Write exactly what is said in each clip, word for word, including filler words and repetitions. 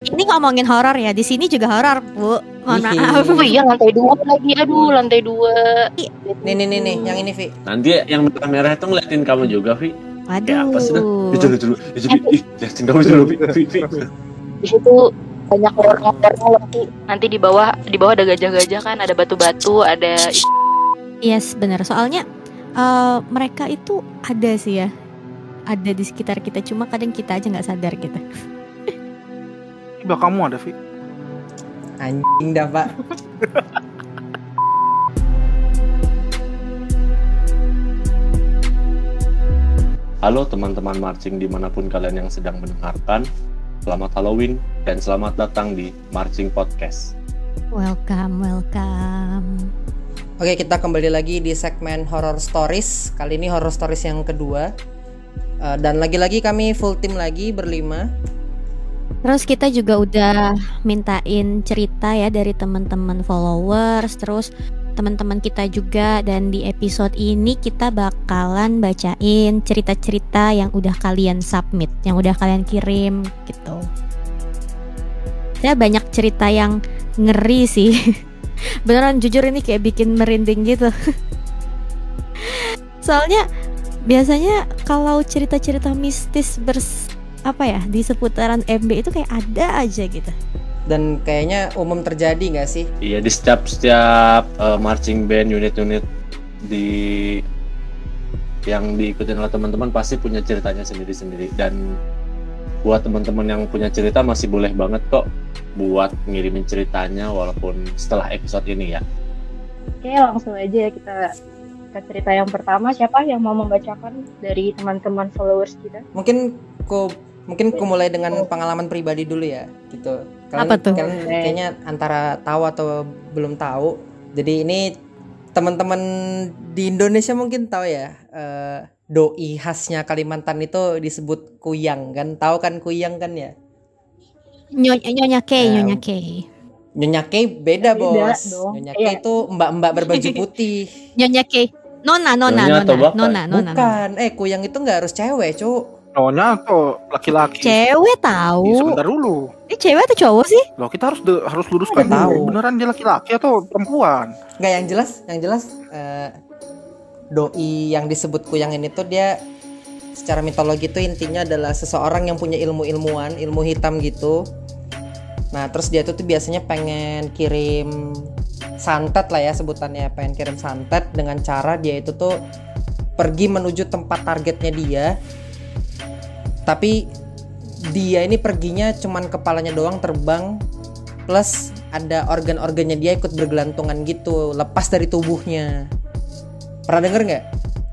Ini ngomongin horor ya, di sini juga horor, Bu. Mohon Ih. maaf. Oh iya, lantai dua lagi. Aduh, lantai dua. Nih nih nih nih, yang ini Vi. Nanti yang merah-merah itu ngeliatin kamu juga, Vi. Waduh. Ya apa sih dah? Itu dulu dulu. Itu ih, liatin kamu dulu, Vi. Vi, Vi. Di situ banyak horor-horornya lagi. Nanti di bawah di bawah ada gajah-gajah kan, ada batu-batu, ada Yes, benar. Soalnya uh, mereka itu ada sih ya. Ada di sekitar kita, cuma kadang kita aja nggak sadar gitu. Tiba kamu ada, Vi. Anjing dah, Pak. Halo teman-teman marching dimanapun kalian yang sedang mendengarkan. Selamat Halloween dan selamat datang di Marching Podcast. Welcome, welcome. Oke, kita kembali lagi di segmen Horror Stories. Kali ini Horror Stories yang kedua. Uh, dan lagi-lagi kami full team lagi berlima. Terus kita juga udah mintain cerita ya dari teman-teman followers. Terus teman-teman kita juga. Dan di episode ini kita bakalan bacain cerita-cerita yang udah kalian submit, yang udah kalian kirim gitu. Ya banyak cerita yang ngeri sih. Beneran jujur ini kayak bikin merinding gitu. Soalnya biasanya kalau cerita-cerita mistis bers apa ya di seputaran M B itu kayak ada aja gitu. Dan kayaknya umum terjadi nggak sih? Iya, di setiap setiap uh, marching band unit-unit di yang diikutin oleh teman-teman pasti punya ceritanya sendiri-sendiri. Dan buat teman-teman yang punya cerita masih boleh banget kok buat ngirimin ceritanya walaupun setelah episode ini ya. Oke, langsung aja kita ke cerita yang pertama. Siapa yang mau membacakan dari teman-teman followers kita? Mungkin ku mungkin ku mulai dengan pengalaman pribadi dulu ya, gitu. Kalian, Apa tuh? Kalian kayaknya antara tahu atau belum tahu. Jadi ini teman-teman di Indonesia mungkin tahu ya. Uh, doi khasnya Kalimantan itu disebut kuyang kan? Tahu kan kuyang kan ya? Nyonya Nyonya Kay, Nah, Nyonya Kay. Nyonya Kay beda, Beda Bos. dong. Nyonya Iya. Kay itu mbak-mbak berbaju putih. Nyonya Kay. Nona, nona, Nyonya atau nona, bapak? nona, nona. Bukan. Eh, kuyang itu nggak harus cewek, Cuk. Cowoknya atau laki-laki? Cewek Ih, tahu. sebentar dulu. Ini cewek atau cowok sih? Loh, kita harus de- harus luruskan Nggak tahu. dulu. Beneran dia laki-laki atau perempuan? Nggak, yang jelas, yang jelas eh, doi yang disebut kuyang ini tuh dia secara mitologi itu intinya adalah seseorang yang punya ilmu-ilmuan, ilmu hitam gitu. Nah, terus dia tuh, tuh biasanya pengen kirim santet lah ya sebutannya, pengen kirim santet dengan cara dia itu tuh pergi menuju tempat targetnya dia. Tapi dia ini perginya cuman kepalanya doang terbang, plus ada organ-organnya dia ikut bergelantungan gitu, lepas dari tubuhnya. Pernah denger nggak?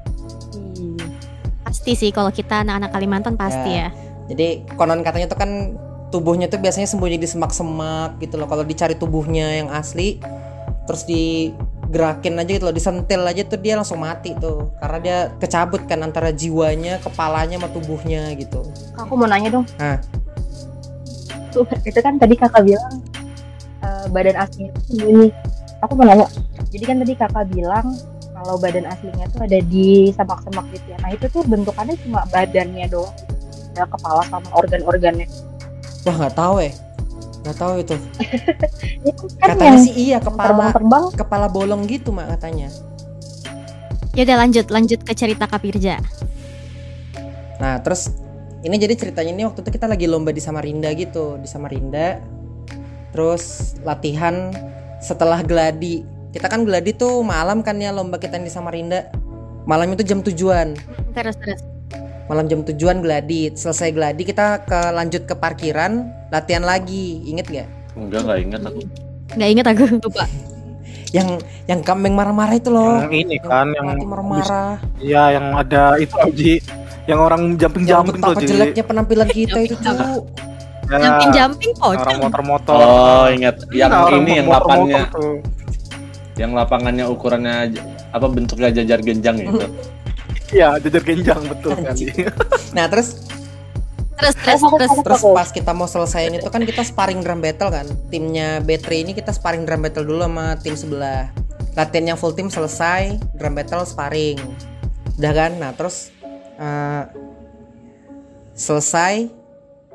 Pasti sih kalau kita anak-anak Kalimantan pasti ya. Jadi konon katanya tuh kan tubuhnya tuh biasanya sembunyi di semak-semak gitu loh. Kalau dicari tubuhnya yang asli, terus digerakin aja gitu loh, disentil aja tuh dia langsung mati tuh. Karena dia kecabut kan antara jiwanya, kepalanya sama tubuhnya gitu. Aku mau nanya dong. Hah? Tuh, itu kan tadi kakak bilang uh, badan aslinya itu sembunyi. Aku mau nanya. Jadi kan tadi kakak bilang kalau badan aslinya tuh ada di semak-semak gitu ya. Nah itu tuh bentukannya cuma badannya doang, ada kepala sama organ-organnya. Wah, nggak tahu ya. Nggak tahu itu. Itu kan Katanya yang sih iya, kepala terbang-terbang. kepala bolong gitu mak katanya. Ya udah lanjut, lanjut ke cerita Kak Pirja. Nah, terus ini jadi ceritanya ini waktu itu kita lagi lomba di Samarinda gitu, di Samarinda. Terus latihan setelah gladi. Kita kan gladi tuh malam kan ya, lomba kita di Samarinda. Malam itu jam tujuan. Terus terus. Malam jam tujuan gladi. Selesai gladi kita ke lanjut ke parkiran, latihan lagi. Ingat gak? Enggak, enggak ingat aku. Nggak inget aku, lupa. Yang yang kambing marah-marah itu loh. Yang ini kan, yang pelatih marah-marah. Iya, yang ada itu Ji, yang orang Yang jumping-jumping tuh betapa Ji. jeleknya penampilan kita itu, Cu. Ya, Jumping-jumping orang pocong. motor-motor. Oh, ingat. Yang Iya, orang ini yang motor-motor lapannya, tuh. yang lapangannya ukurannya j- apa bentuknya jajar genjang gitu. Iya, jajar genjang betul kan. Anjing. Nah, terus Terus terus terus. Terus pas kita mau selesaiin itu kan kita sparring drum battle kan. Timnya B tiga ini kita sparring drum battle dulu sama tim sebelah. Latihan yang full tim selesai, drum battle sparring. Udah kan? Nah, terus uh, selesai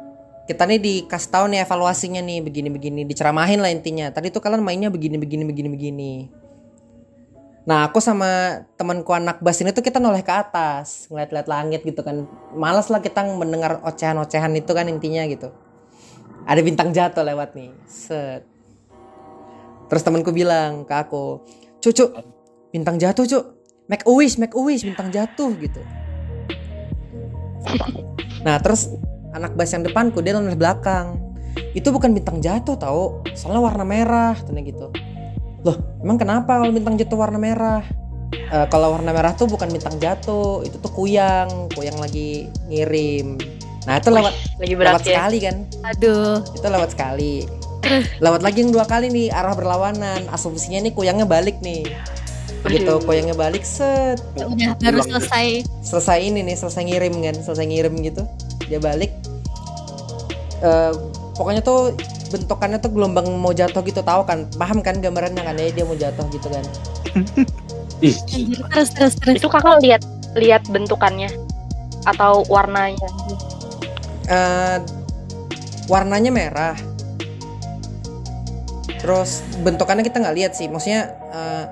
kita nih dikasih tahu nih evaluasinya nih begini-begini, diceramahin lah intinya. Tadi tuh kalian mainnya begini begini begini begini. Nah, aku sama temanku anak bass ini tuh kita noleh ke atas, ngeliat-liat langit gitu kan. Malas lah kita mendengar ocehan-ocehan itu kan intinya gitu. Ada bintang jatuh lewat nih. Set. Terus temanku bilang ke aku, "Cucu, bintang jatuh, Cuk. Make a wish, make a wish, bintang jatuh," gitu. Nah, terus anak bass yang depanku dia noleh belakang. "Itu bukan bintang jatuh tau, soalnya warna merah," katanya gitu. Loh, emang kenapa kalau bintang jatuh warna merah? E, kalau warna merah tuh bukan bintang jatuh, itu tuh kuyang, kuyang lagi ngirim. Nah itu lewat, Lagi lewat berat ya. sekali kan? Aduh. Itu lewat sekali. Lewat lagi yang dua kali nih, arah berlawanan. Asumsinya nih kuyangnya balik nih. Begitu kuyangnya balik, set. Udah baru selesai. Selesai ini nih, selesai ngirim kan, selesai ngirim gitu. Dia balik. E, pokoknya tuh bentukannya tuh gelombang mau jatuh gitu, tahu kan? Paham kan gambarannya kan? Ya dia mau jatuh gitu kan. Ih, Terus terus terus. Itu kakak lihat lihat bentukannya atau warnanya? Uh, warnanya merah. Terus bentukannya kita nggak lihat sih, maksudnya uh,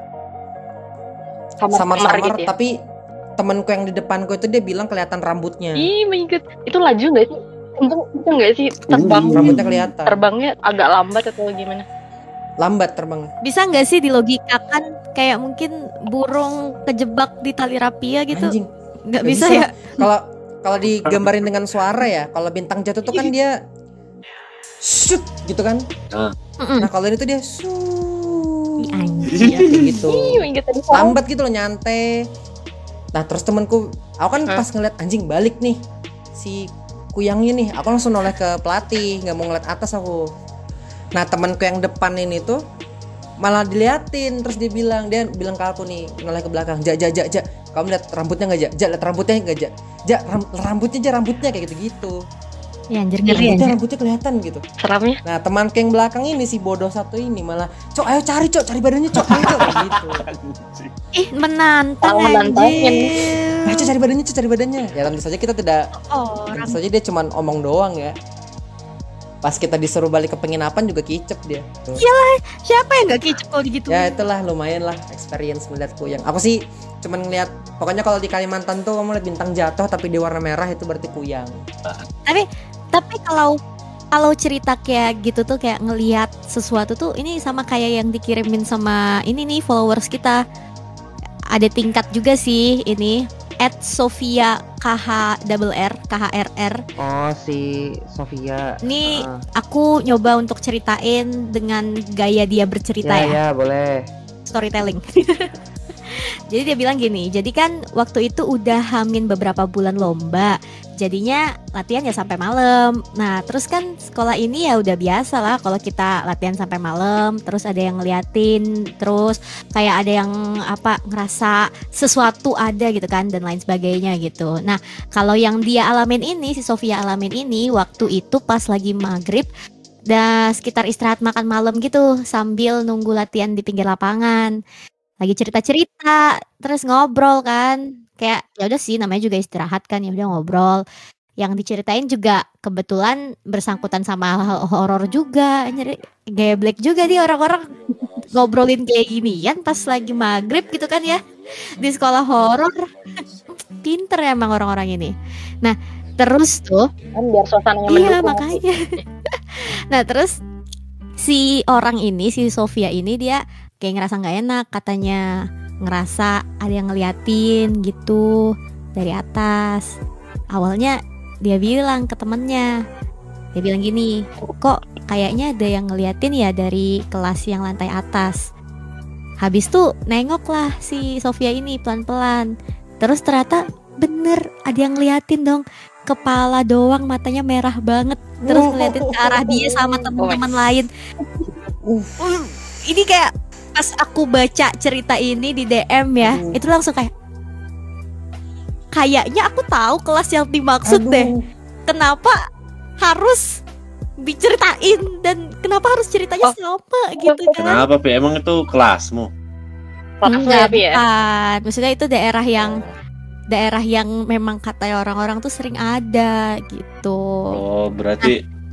samar-samar gitu ya? Tapi temanku yang di depanku itu dia bilang kelihatan rambutnya. Ih, my god, itu laju nggak sih? Untung itu nggak sih terbang? Uh, rambutnya kelihatan. Terbangnya agak lambat atau gimana? Lambat terbang. Bisa nggak sih dilogikakan kayak mungkin burung kejebak di tali rapia gitu? Anjing. Nggak bisa, bisa ya? Kalau kalau digambarin dengan suara ya, kalau bintang jatuh tuh kan dia shoot gitu kan. Ah. Nah kalau ini tuh dia shoot Anjing. gitu. Lambat gitu loh, nyantai. Nah terus temanku, aku kan pas ngeliat anjing balik nih si kuyangnya nih, aku langsung noleh ke pelatih, nggak mau ngeliat atas aku. Nah temanku yang depan ini tuh malah diliatin, terus dia bilang, dia bilang ke aku nih, noleh ke belakang, "Jak, jak, jak, jak, kamu lihat rambutnya nggak, Jak? Jak, lihat rambutnya nggak, Jak? Jak, ram- rambutnya, Jak, rambutnya," kayak gitu-gitu. Ya anjir, Rambutnya, ngeri anjir. rambutnya kelihatan gitu. Seramnya? Nah temanku yang belakang ini si bodoh satu ini malah, "Cok, ayo cari, Cok, cari badannya, Cok, ayo, Cok," kayak gitu. Ih, menantang Tahu nantangin. anjir. "Ayo, Cok, cari badannya, Cok, cari badannya." Ya tentu saja kita tidak, Oh, tentu saja dia cuma omong doang ya. Pas kita disuruh balik ke penginapan juga kicep dia. Tuh. siapa yang nggak kicep kalau gitu? Ya itulah lumayan lah experience melihat kuyang. Aku sih cuman ngeliat, pokoknya kalau di Kalimantan tuh kamu lihat bintang jatuh tapi di warna merah itu berarti kuyang. Tapi tapi kalau kalau cerita kayak gitu tuh kayak ngelihat sesuatu tuh ini sama kayak yang dikirimin sama ini nih followers kita. Ada tingkat juga sih ini at Sofia K H R R K H R R. Oh si Sofia. Ini aku nyoba untuk ceritain dengan gaya dia bercerita ya. Ya boleh. Storytelling. Jadi dia bilang gini, jadi kan waktu itu udah hamin beberapa bulan lomba, jadinya latihan ya sampai malam. Nah terus kan sekolah ini ya udah biasa lah kalau kita latihan sampai malam, terus ada yang ngeliatin, terus kayak ada yang apa ngerasa sesuatu ada gitu kan dan lain sebagainya gitu. Nah kalau yang dia alamin ini, si Sofia alamin ini waktu itu pas lagi maghrib, dan sekitar istirahat makan malam gitu sambil nunggu latihan di pinggir lapangan. Lagi cerita-cerita, terus ngobrol kan, kayak ya udah sih namanya juga istirahat kan, ya udah ngobrol. Yang diceritain juga kebetulan bersangkutan sama hal horor juga, nyeri geblek juga nih orang-orang ngobrolin kayak ginian pas lagi maghrib gitu kan ya di sekolah horor. Pinter emang orang-orang ini. Nah terus tuh Kan biar suasananya iya mendukung. makanya. Nah terus si orang ini, si Sofia ini dia kayak ngerasa nggak enak, katanya ngerasa ada yang ngeliatin gitu dari atas. Awalnya dia bilang ke temennya, dia bilang gini, "Kok kayaknya ada yang ngeliatin ya dari kelas yang lantai atas." Habis tuh nengok lah si Sofia ini pelan-pelan. Terus ternyata bener ada yang ngeliatin dong, kepala doang, matanya merah banget, terus ngeliatin ke arah dia sama teman-teman lain. Uh, ini kayak pas aku baca cerita ini di D M ya, uh. itu langsung kayak kayaknya aku tahu kelas yang dimaksud. Aduh. Deh. Kenapa harus diceritain dan kenapa harus ceritanya oh. sama gitu kan? Kenapa, Pi? Emang itu kelasmu? Enggak, bukan. Maksudnya itu daerah yang daerah yang memang kata orang-orang tuh sering ada gitu. Oh, berarti nah.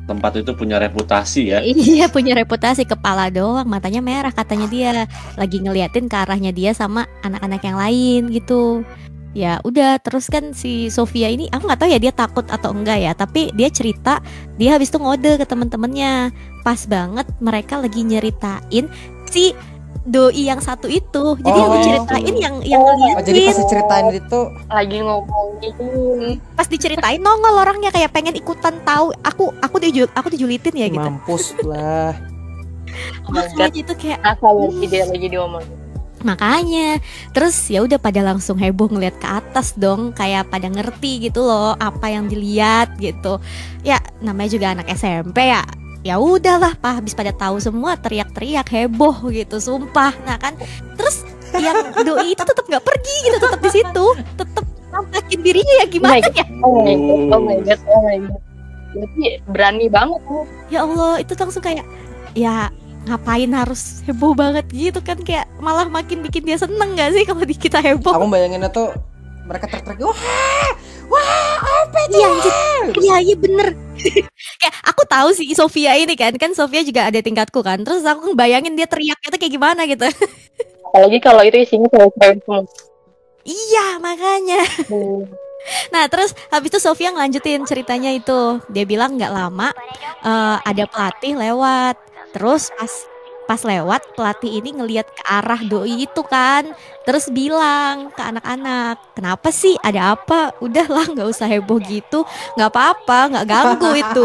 tempat itu punya reputasi ya. Iya, punya reputasi, kepala doang, matanya merah katanya dia. Lagi ngeliatin ke arahnya dia sama anak-anak yang lain gitu. Ya udah, terus kan si Sofia ini aku nggak tahu ya dia takut atau enggak ya, tapi dia cerita dia habis itu ngode ke teman-temannya. Pas banget mereka lagi nyeritain si doi yang satu itu. Jadi Oh. aku ceritain yang yang Oh, Oh, jadi ngeliatin. pas diceritain itu Lagi ngomongin. Pas diceritain nongol orangnya kayak pengen ikutan tahu aku aku dijul aku dijulitin ya gitu. mampus lah. Oh my Makanya god. itu kayak Apa berarti dia lagi diomongin? makanya terus ya udah pada langsung heboh ngeliat ke atas dong, kayak pada ngerti gitu loh apa yang dilihat gitu. Ya namanya juga anak S M P ya. Ya udahlah, Pak, habis pada tahu semua teriak-teriak heboh gitu, sumpah. Nah kan, terus yang doi itu tetap nggak pergi gitu, tetap di situ, tetap nampakin dirinya ya gimana ya? Oh my god, oh my god, oh my god. Berarti berani banget tuh. Ya Allah, itu langsung kayak ya ngapain harus heboh banget gitu kan, kayak malah makin bikin dia seneng gak sih kalau di kita heboh. Aku bayanginnya tuh mereka teriak-teriak, wah, wah, apa itu? Iya anjir, iya iya bener. Kayak aku tahu sih Sofia ini kan, kan Sofia juga ada tingkatku kan. Terus aku bayangin dia teriaknya tuh kayak gimana gitu. Apalagi kalau itu isinya cewek-cewek semua. Iya makanya. Hmm. Nah terus habis itu Sofia ngelanjutin ceritanya itu. Dia bilang nggak lama eh, ada pelatih lewat. Terus pas pas lewat pelatih ini ngelihat ke arah doi itu kan. Terus bilang ke anak-anak, kenapa sih, ada apa? Udahlah nggak usah heboh gitu, nggak apa-apa, nggak ganggu itu.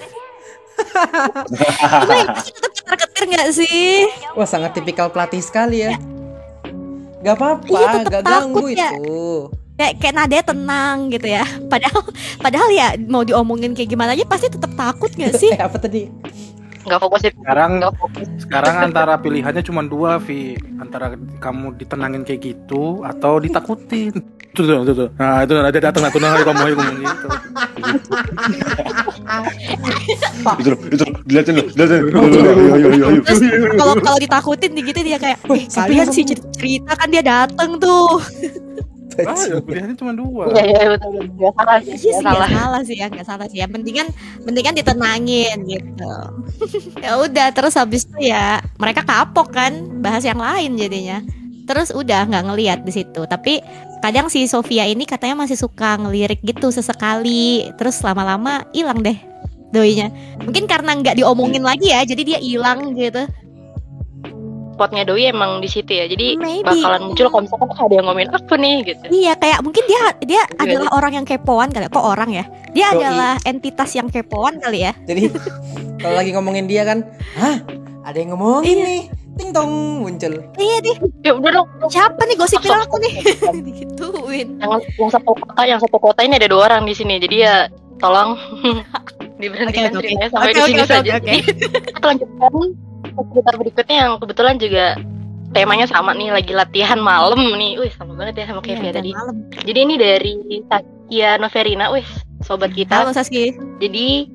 Cuma yang pasti tetap ketar-ketir nggak sih? Wah, sangat tipikal pelatih sekali ya. Gak apa-apa, Iya, tetep gak takut ganggu ya. itu. Kayak kayak nadanya tenang gitu ya. Padahal padahal ya mau diomongin kayak gimana aja pasti tetap takut nggak sih? Eh, apa tadi? Nggak fokus itu. Sekarang Nggak fokus. sekarang antara pilihannya cuma dua, Vi. Antara kamu ditenangin kayak gitu atau ditakutin. Tuh, tuh, tuh, tuh. Nah, itu ada datang, nah, tuh, nah, ayo kamu, ayo kamu gitu. Itu loh, itu loh, dilihatin loh, dilihatin. Ayo, ayo, ayo, ayo. Terus kalau kalau ditakutin gitu dia kayak, eh, kalian sih cerita kan dia dateng tuh. Ah, ya, pilihannya cuma dua. Iya iya betul betul. Nggak salah sih. Iya sih, Nggak nggak salah. salah sih ya, nggak salah sih ya. Mendingan, mendingan ditenangin gitu. Ya udah, terus habis itu ya mereka kapok kan, bahas yang lain jadinya. Terus udah nggak ngelihat di situ. Tapi kadang si Sofia ini katanya masih suka ngelirik gitu sesekali. Terus lama-lama hilang deh doinya. Mungkin karena nggak diomongin lagi ya, jadi dia hilang gitu. Spotnya doi emang di situ ya. Jadi Maybe. bakalan muncul kalau misalkan ada yang ngomongin aku nih gitu. Iya, kayak mungkin dia dia Iya, adalah orang yang kepoan kali. Kok orang ya? Dia Doi. adalah entitas yang kepoan kali ya. Jadi kalau lagi ngomongin dia kan, hah? Ada yang ngomongin Iya. nih. Ting tong muncul. Iya deh. Ya udah dong. Siapa nih gosipin Stop, aku stop, nih? stop, stop. Digituin. yang yang satu kota yang satu kota ini ada dua orang di sini. Jadi ya tolong diberhentikan Oke, oke, ceritanya oke. sampai Oke, di sini oke, saja. oke, oke. Jadi, kita lanjutkan ke cerita berikutnya yang kebetulan juga temanya sama nih, lagi latihan malam nih. Wih, sama banget ya sama kayak Via Iya, tadi. malam. Jadi ini dari Saskia Noverina, wih, sobat kita. Halo Saski. Jadi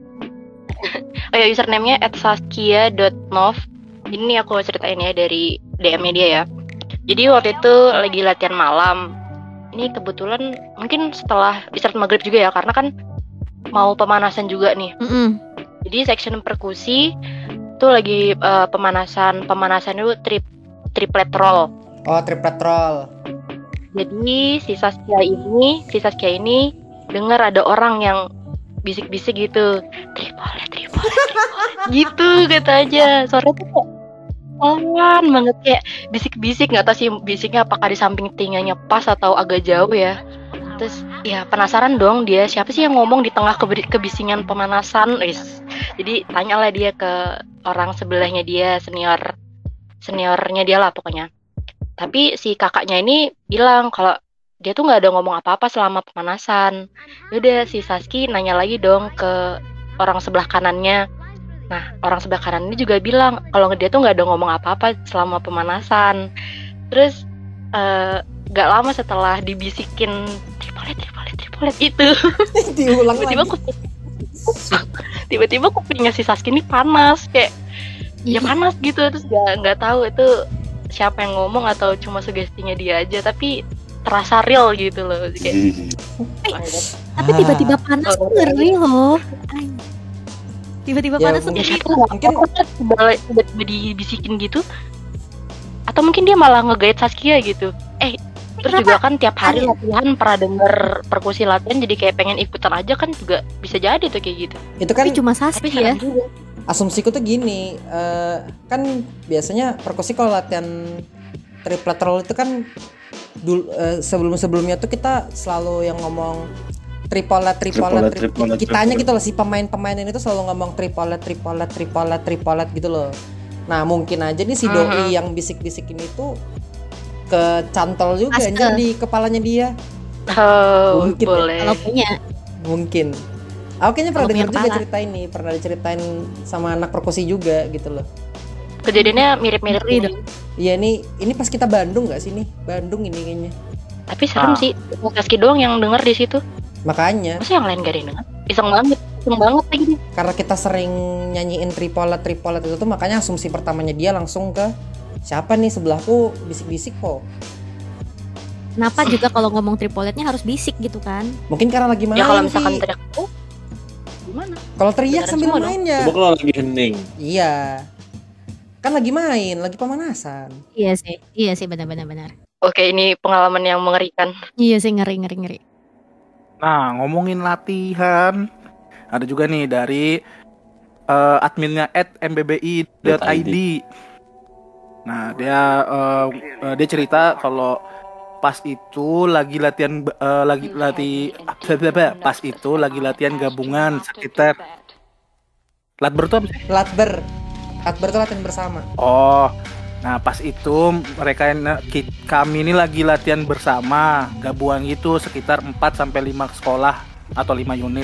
oh ya, username-nya at saskia dot nov. Ini aku ceritain ya dari D M-nya dia ya. Jadi waktu itu lagi latihan malam. Ini kebetulan mungkin setelah istirahat maghrib juga ya, karena kan mau pemanasan juga nih. Mm-mm. Jadi section perkusi itu lagi eh, pemanasan pemanasan itu trip triplet roll. Oh, triplet roll. Jadi si Saskia ini, si Saskia ini dengar ada orang yang bisik-bisik gitu, tripolet, tripolet, tripolet, gitu kata aja. Suaranya tuh kayak pelan banget, kayak bisik-bisik, nggak tahu sih bisiknya apakah di samping telinganya pas atau agak jauh ya. Terus ya penasaran dong dia, siapa sih yang ngomong di tengah keber- kebisingan pemanasan. Wis. Jadi tanyalah dia ke orang sebelahnya dia, senior seniornya dia lah pokoknya. Tapi si kakaknya ini bilang kalau dia tuh nggak ada ngomong apa-apa selama pemanasan. Yaudah si Saski nanya lagi dong ke orang sebelah kanannya. Nah orang sebelah kanan ini juga bilang kalau dia tuh nggak ada ngomong apa-apa selama pemanasan. Terus eh, nggak lama setelah dibisikin tripolet tripolet tripolet itu, Diulang tiba-tiba lagi. kuping tiba-tiba kupingnya si Saski ini panas, kayak ya panas gitu. Terus nggak nggak tahu itu siapa yang ngomong atau cuma sugestinya dia aja, tapi terasa real gitu loh, kayak Tapi tiba-tiba panas tuh ngeri loh. Ay, Tiba-tiba Ya, panas mungkin- Ya seperti siapa nggak mungkin- tahu kan tiba- tiba-tiba dibisikin gitu. Atau mungkin dia malah nge-guide Saskia gitu. Eh, terus Kenapa? juga kan tiap hari Aneh. latihan pernah denger perkusi latihan jadi kayak pengen ikutan aja kan juga bisa jadi tuh kayak gitu. Itu kan tapi cuma Tapi Saski serem ya. juga. asumsiku tuh gini, eh, kan biasanya perkusi kalau latihan triplet roll itu kan dul, eh, sebelum-sebelumnya tuh kita selalu yang ngomong tripolet tripolet, Tripolet, tri- tripolet, kitanya tripolet. gitu loh, si pemain-pemain ini tuh selalu ngomong tripolet tripolet tripolet tripolet gitu loh. Nah mungkin aja nih si doi Mhm. yang bisik-bisik ini tuh kecantol juga Astaga. anjir di kepalanya dia. Oh, Mungkin ya. boleh. Kalau punya Mungkin aku kayaknya pernah Kalau punya dengar juga kepala. cerita ini, pernah diceritain sama anak perkusi juga gitu loh. Kejadiannya mirip-mirip Ngeri ini. dong. Iya nih, ini pas kita Bandung nggak sih nih? Bandung ini kayaknya. Tapi serem Ah. sih. Saski doang yang denger di situ. Makanya Masa yang lain gak ada yang denger? Iseng banget. Iseng banget kayak gini. karena kita sering nyanyiin tripolet tripolet itu tuh, makanya asumsi pertamanya dia langsung ke siapa nih sebelahku bisik-bisik kok. kenapa juga kalau ngomong tripoletnya harus bisik gitu kan? Mungkin karena lagi main. Ya kalau misalkan sih. teriak, oh gimana? Kalau teriak Beneran sambil semua dong. main ya. Coba kalau lagi hening. Iya. Kan lagi main, lagi pemanasan. Iya sih, iya sih benar-benar benar. Oke, ini pengalaman yang mengerikan. Iya sih ngeri ngeri ngeri. Nah, ngomongin latihan, ada juga nih dari eh, adminnya at m b b i dot i d. Nah, dia eh, eh, dia cerita kalau pas itu lagi latihan eh, lagi latih pas itu lagi latihan gabungan sekitar Latber tuh apa sih? Latber. Latber tuh latihan bersama. Oh, nah pas itu mereka ki- kami ini lagi latihan bersama gabungan gitu sekitar empat sampai lima sekolah atau lima unit.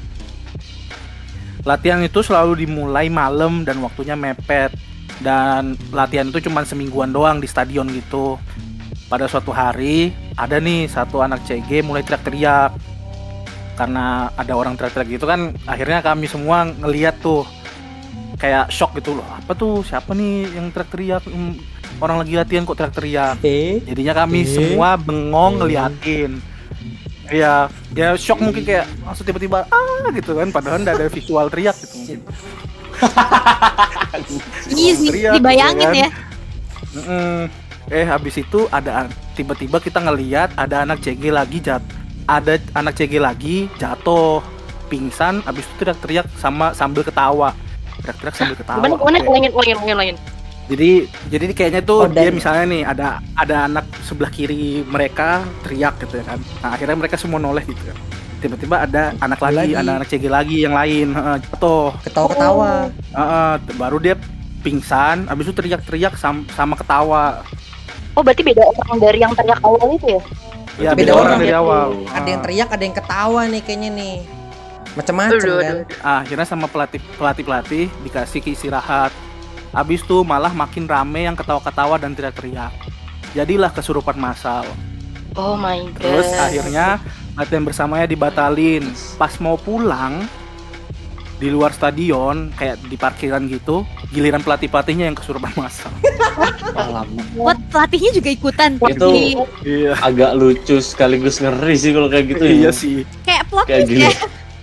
Latihan itu selalu dimulai malam dan waktunya mepet. Dan latihan itu cuma semingguan doang di stadion gitu. Pada suatu hari ada nih satu anak C G mulai teriak-teriak. Karena ada orang teriak-teriak gitu kan, akhirnya kami semua ngeliat tuh kayak shock gitu loh. Apa tuh? Siapa nih yang teriak-teriak? Hmm, orang lagi latihan kok teriak-teriak. Eh, Jadinya kami Eh. semua bengong ngeliatin. Iya, ya shock mungkin kayak langsung tiba-tiba ah gitu kan, padahal nggak ada visual teriak gitu mungkin. Iya sih, Teriak, dibayangin gitu kan. ya. Mm-mm. Eh habis itu ada tiba-tiba kita ngeliat ada anak C G lagi jat, ada anak C G lagi jatuh, pingsan, habis itu teriak-teriak sama sambil ketawa, teriak-teriak sambil ketawa. Gimana? Gimana? Oke. Ulangin, ulangin, ulangin, ulangin. Jadi jadi kayaknya tuh Oh, dia dan- misalnya nih ada ada anak sebelah kiri mereka teriak gitu ya kan. Nah akhirnya mereka semua noleh gitu kan. Tiba-tiba ada anak lagi, Lagi. ada anak C G lagi yang lain heeh, jatuh. ketawa-ketawa. Heeh, baru dia pingsan, habis itu teriak-teriak sam- sama ketawa. Oh, berarti beda orang dari yang teriak awal itu ya? Ya Beda beda orang orang dari gitu. awal. Ada yang teriak, ada yang ketawa nih kayaknya nih. Macam-macam Aduh, kan. aduh. Ah, akhirnya sama pelatih pelatih pelatih dikasih ke istirahat. Habis itu malah makin rame yang ketawa-ketawa dan teriak-teriak. Jadilah kesurupan massal. Oh my god. Terus akhirnya latihan bersamanya dibatalin. Pas mau pulang di luar stadion kayak di parkiran gitu, giliran pelatih-pelatihnya yang kesurupan massal. Buat pelatihnya juga ikutan. Itu Di- Iya. agak lucu sekaligus ngeri sih kalau kayak gitu ya. Iya sih. kayak plot Kayak twist gini. ya.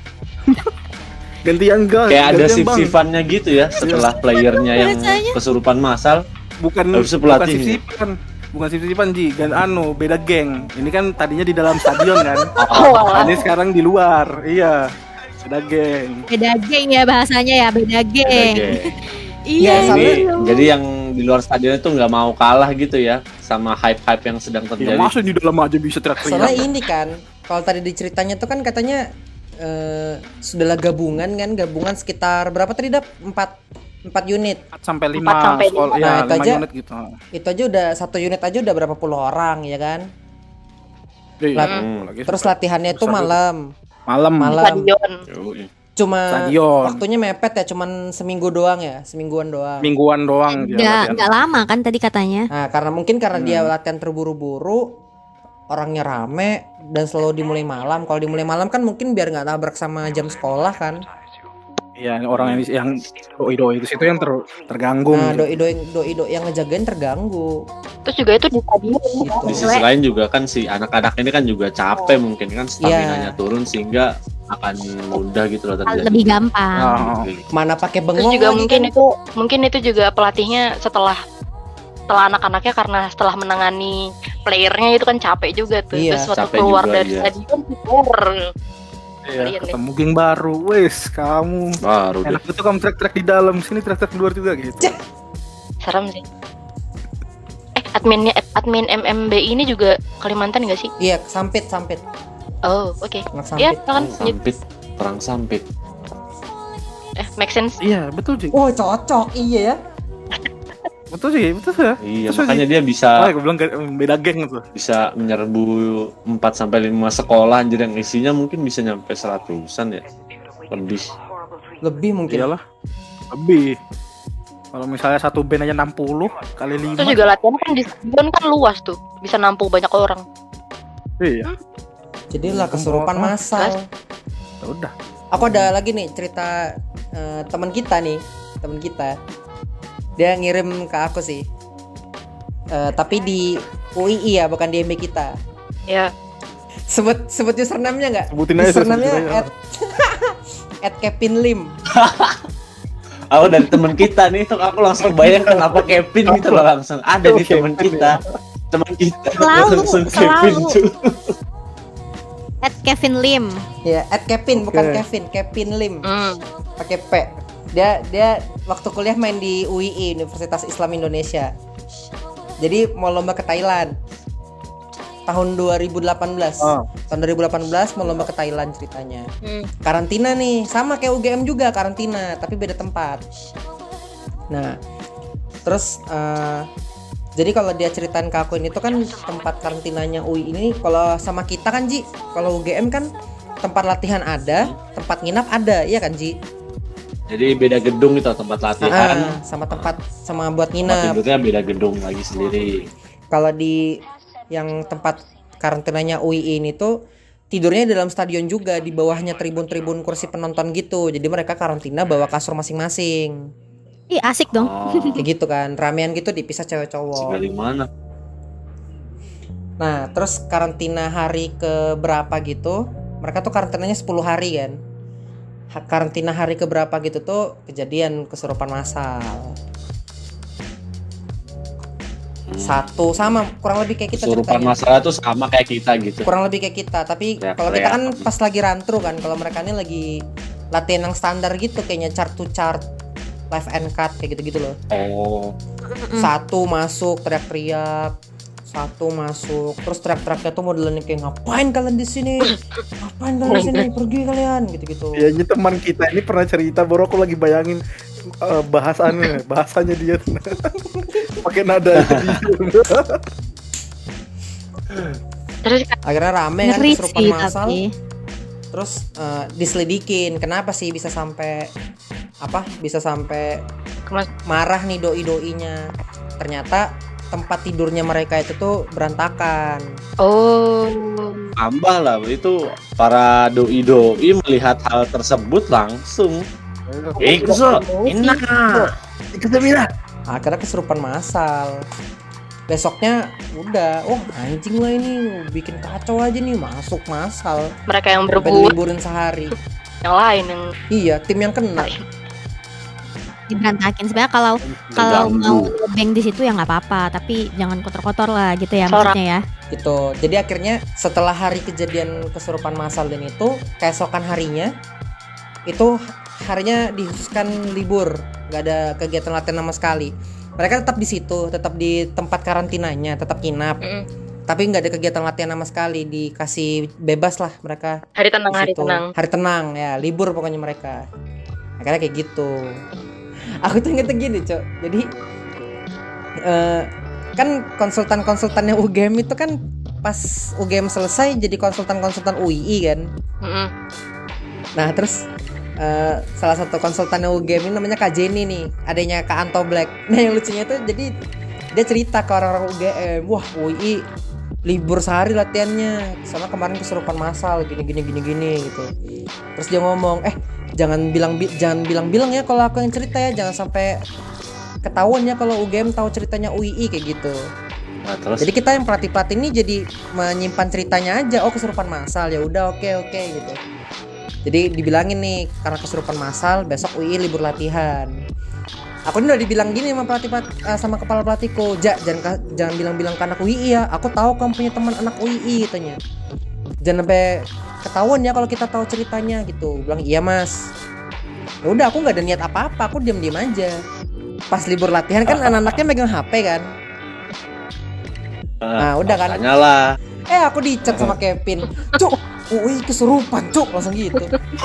Gantian gas. Kayak ada gantian, Bang. sif-sifannya gitu ya setelah playernya yang Bahasanya. kesurupan massal. Bukan Habis itu bukan pelatihnya. sip-sipan. Bukan sip-sipan Ji, dan anu beda geng. Ini kan tadinya di dalam stadion kan. Oh, alah. Ini sekarang di luar. Iya. Beda geng. Beda geng ya bahasanya ya, beda geng. Oke. Iya. Ya, Jadi, sama- jadi yang di luar stadion itu nggak mau kalah gitu ya sama hype-hype yang sedang Ya terjadi. masa di dalam aja bisa Soalnya teriak-teriak. ini kan, kalau tadi di ceritanya tuh kan katanya eh, sudahlah gabungan kan, gabungan sekitar berapa tadi Dap? Empat empat unit. empat sampai lima Empat sampai sekolah, lima. ya, Nah, itu lima aja. unit gitu. Itu aja udah satu unit aja udah berapa puluh orang ya kan. Iya, Lat- apalagi Terus latihannya tuh malam, malam. malam. Stadion. Yoi. Cuma Stadion. waktunya mepet ya, cuman seminggu doang ya, semingguan doang. Mingguan doang dia Nggak, latihan. nggak lama kan tadi katanya. Nah, karena mungkin karena dia Hmm. latihan terburu-buru, orangnya rame dan selalu dimulai malam. Kalau dimulai malam kan mungkin biar nggak nabrak sama jam sekolah kan. Iya, orang yang yang doi-doi itu situ yang ter- terganggu. Nah, mungkin. doi doi doi doi yang ngejagain terganggu. Terus juga itu di stadion. Di sisi lain juga kan si anak-anak ini kan juga capek mungkin kan Iya. stamina-nya turun sehingga akan mudah gitu loh terjadi. Lebih gampang. Oh. Mana pakai Terus bengong juga lagi mungkin kan? itu mungkin itu juga pelatihnya setelah setelah anak-anaknya karena setelah menangani playernya itu kan capek juga tuh. Iya, Terus waktu capek keluar juga, dari iya. stadion keluar. Iya, Kalian deh. ketemu geng baru, wes kamu. Baru deh. Enak itu kamu track-track di dalam, sini track-track di luar juga gitu. Serem sih. Eh adminnya admin M M B ini juga Kalimantan nggak sih? Iya, sampit sampit. Oh oke. Anak Iya sampit. kan. Perang sampit, perang sampit. Eh make sense. Iya, betul sih. Oh, cocok. Iya ya. Betul sih, betul sih. Iya, Terus makanya sih. dia bisa Ah, gue bilang gak- beda geng tuh. bisa menyerbu empat sampai lima sekolah anjir yang isinya mungkin bisa nyampe seratusan ya. Lebih. Lebih mungkin. Iyalah. Lebih. Kalau misalnya satu band aja enam puluh kali lima. Terus juga latihan kan di stadion kan luas tuh, bisa nampung banyak orang. Iya. Jadilah kesurupan Oh, massal. Ya udah. Aku ada lagi nih cerita eh, teman kita nih, teman kita. Dia ngirim ke aku sih. Eh, tapi di U I I ya, bukan di M B kita. Ya. Sebut sebut username-nya nggak? Sebutin aja, Username-nya sebutin aja. at, at Kevin Lim. Aku dari teman kita nih, tuh aku langsung bayangkan apa Kevin gitu loh langsung. Ada nih teman kita, teman kita Selalu, langsung Kevin selalu. tuh. At Kevin Lim. Ya, at Kevin bukan Oke. Kevin, Kevin Lim. Hmm. Pakai P. Dia dia waktu kuliah main di U I I, Universitas Islam Indonesia. Jadi mau lomba ke Thailand. Tahun dua ribu delapan belas. Oh. Tahun dua ribu delapan belas mau lomba ke Thailand ceritanya. Hmm. Karantina nih, sama kayak U G M juga karantina, tapi beda tempat. Nah, terus eh, jadi kalau dia ceritain ke aku ini tuh kan tempat karantinanya U I ini, kalau sama kita kan Ji, kalau U G M kan tempat latihan ada, tempat nginap ada, iya kan Ji? Jadi beda gedung itu tempat latihan, Ah, sama tempat sama buat tempat nginap. tidurnya beda gedung lagi sendiri. Kalau di yang tempat karantinanya U I I ini tuh tidurnya di dalam stadion juga, di bawahnya tribun-tribun kursi penonton gitu. Jadi mereka karantina bawa kasur masing-masing. Ih, asik dong. Oh, Kayak gitu kan, ramean gitu dipisah cewek cowok. dari mana? Nah, terus karantina hari ke berapa gitu? Mereka tuh karantinanya sepuluh hari kan. Ha- Karantina hari ke berapa gitu tuh kejadian kesurupan massal. Satu sama kurang lebih kayak kita Kesurupan ceritanya. masalah tuh sama kayak kita gitu. Kurang lebih kayak kita, tapi Teriak-teriak. kalau kita kan pas lagi rantru kan, kalau mereka ini lagi latihan yang standar gitu kayaknya chart to chart, live and cut kayak gitu-gitu loh. Oh, Satu masuk teriak-teriak, satu masuk, terus teriak-teriaknya tuh modelannya kayak ngapain kalian di sini? Ngapain kalian di sini? Pergi kalian gitu-gitu. Iya, ini teman kita ini pernah cerita, baru aku lagi bayangin eh, bahasannya, bahasanya dia tuh. Pakai nada dia. Terus Akhirnya rame kan Ngeri kesurupan sih massal. tapi. Terus eh, diselidikin kenapa sih bisa sampai apa? Bisa sampai Mas- marah nih doi-doinya. Ternyata tempat tidurnya mereka itu tuh berantakan. oh tambah lah itu para doi doi melihat hal tersebut langsung. Eh, kuso, enak. Akhirnya kesurupan massal. Besoknya udah, oh anjing lah ini bikin kacau aja nih, masuk massal. mereka yang Sampai berbuat liburin sehari. yang lain yang Iya, tim yang kena. Diberantakin sebenarnya kalau kalau Terganggu. mau bank di situ ya nggak apa-apa, tapi jangan kotor-kotor lah gitu ya Sorak. maksudnya ya. Gitu. Jadi akhirnya setelah hari kejadian kesurupan massal dan itu, keesokan harinya itu harinya dikhususkan libur, nggak ada kegiatan latihan sama sekali. Mereka tetap di situ, tetap di tempat karantinanya, tetap nginap, Mm. tapi nggak ada kegiatan latihan sama sekali, dikasih bebas lah mereka. hari tenang di hari situ. tenang. Hari tenang ya, libur pokoknya mereka. Akhirnya kayak gitu. Aku tuh ingetnya gini, Cok. Jadi eh, kan konsultan-konsultannya U G M itu kan pas U G M selesai jadi konsultan-konsultan U I I kan. Mm-mm. Nah, terus eh, salah satu konsultannya U G M ini namanya Kak Jenny nih, adanya Kak Anto Black. Nah, yang lucunya tuh jadi dia cerita ke orang-orang U G M, wah U I I libur sehari latihannya, sama kemarin kesurupan massal gini gini gini gini gitu. Terus dia ngomong, eh jangan bilang bi- jangan bilang-bilang ya kalau aku yang cerita ya, jangan sampai ketahuan ya kalau U G M tahu ceritanya U I I kayak gitu. Nah, terus Jadi kita yang pelatih-pelatih ini jadi menyimpan ceritanya aja. Oh, kesurupan massal, ya udah oke oke gitu. Jadi dibilangin nih, karena kesurupan massal besok U I libur latihan. Aku ini udah dibilang gini sama pelatih uh, sama kepala pelatihku, "Ja, jangan jangan bilang-bilang ke anak U I ya. Aku tahu kamu punya teman anak U I," katanya. "Jangan sampai ketahuan ya kalau kita tahu ceritanya," gitu. Bilang, "Iya, Mas." Ya udah, aku nggak ada niat apa-apa, aku diam-diam aja. Pas libur latihan kan anak-anaknya megang H P kan. Nah, udah kan. Makanya lah. Eh, aku dicat sama Kevin. "Cuk, U I kesurupan, Cuk." Langsung gitu.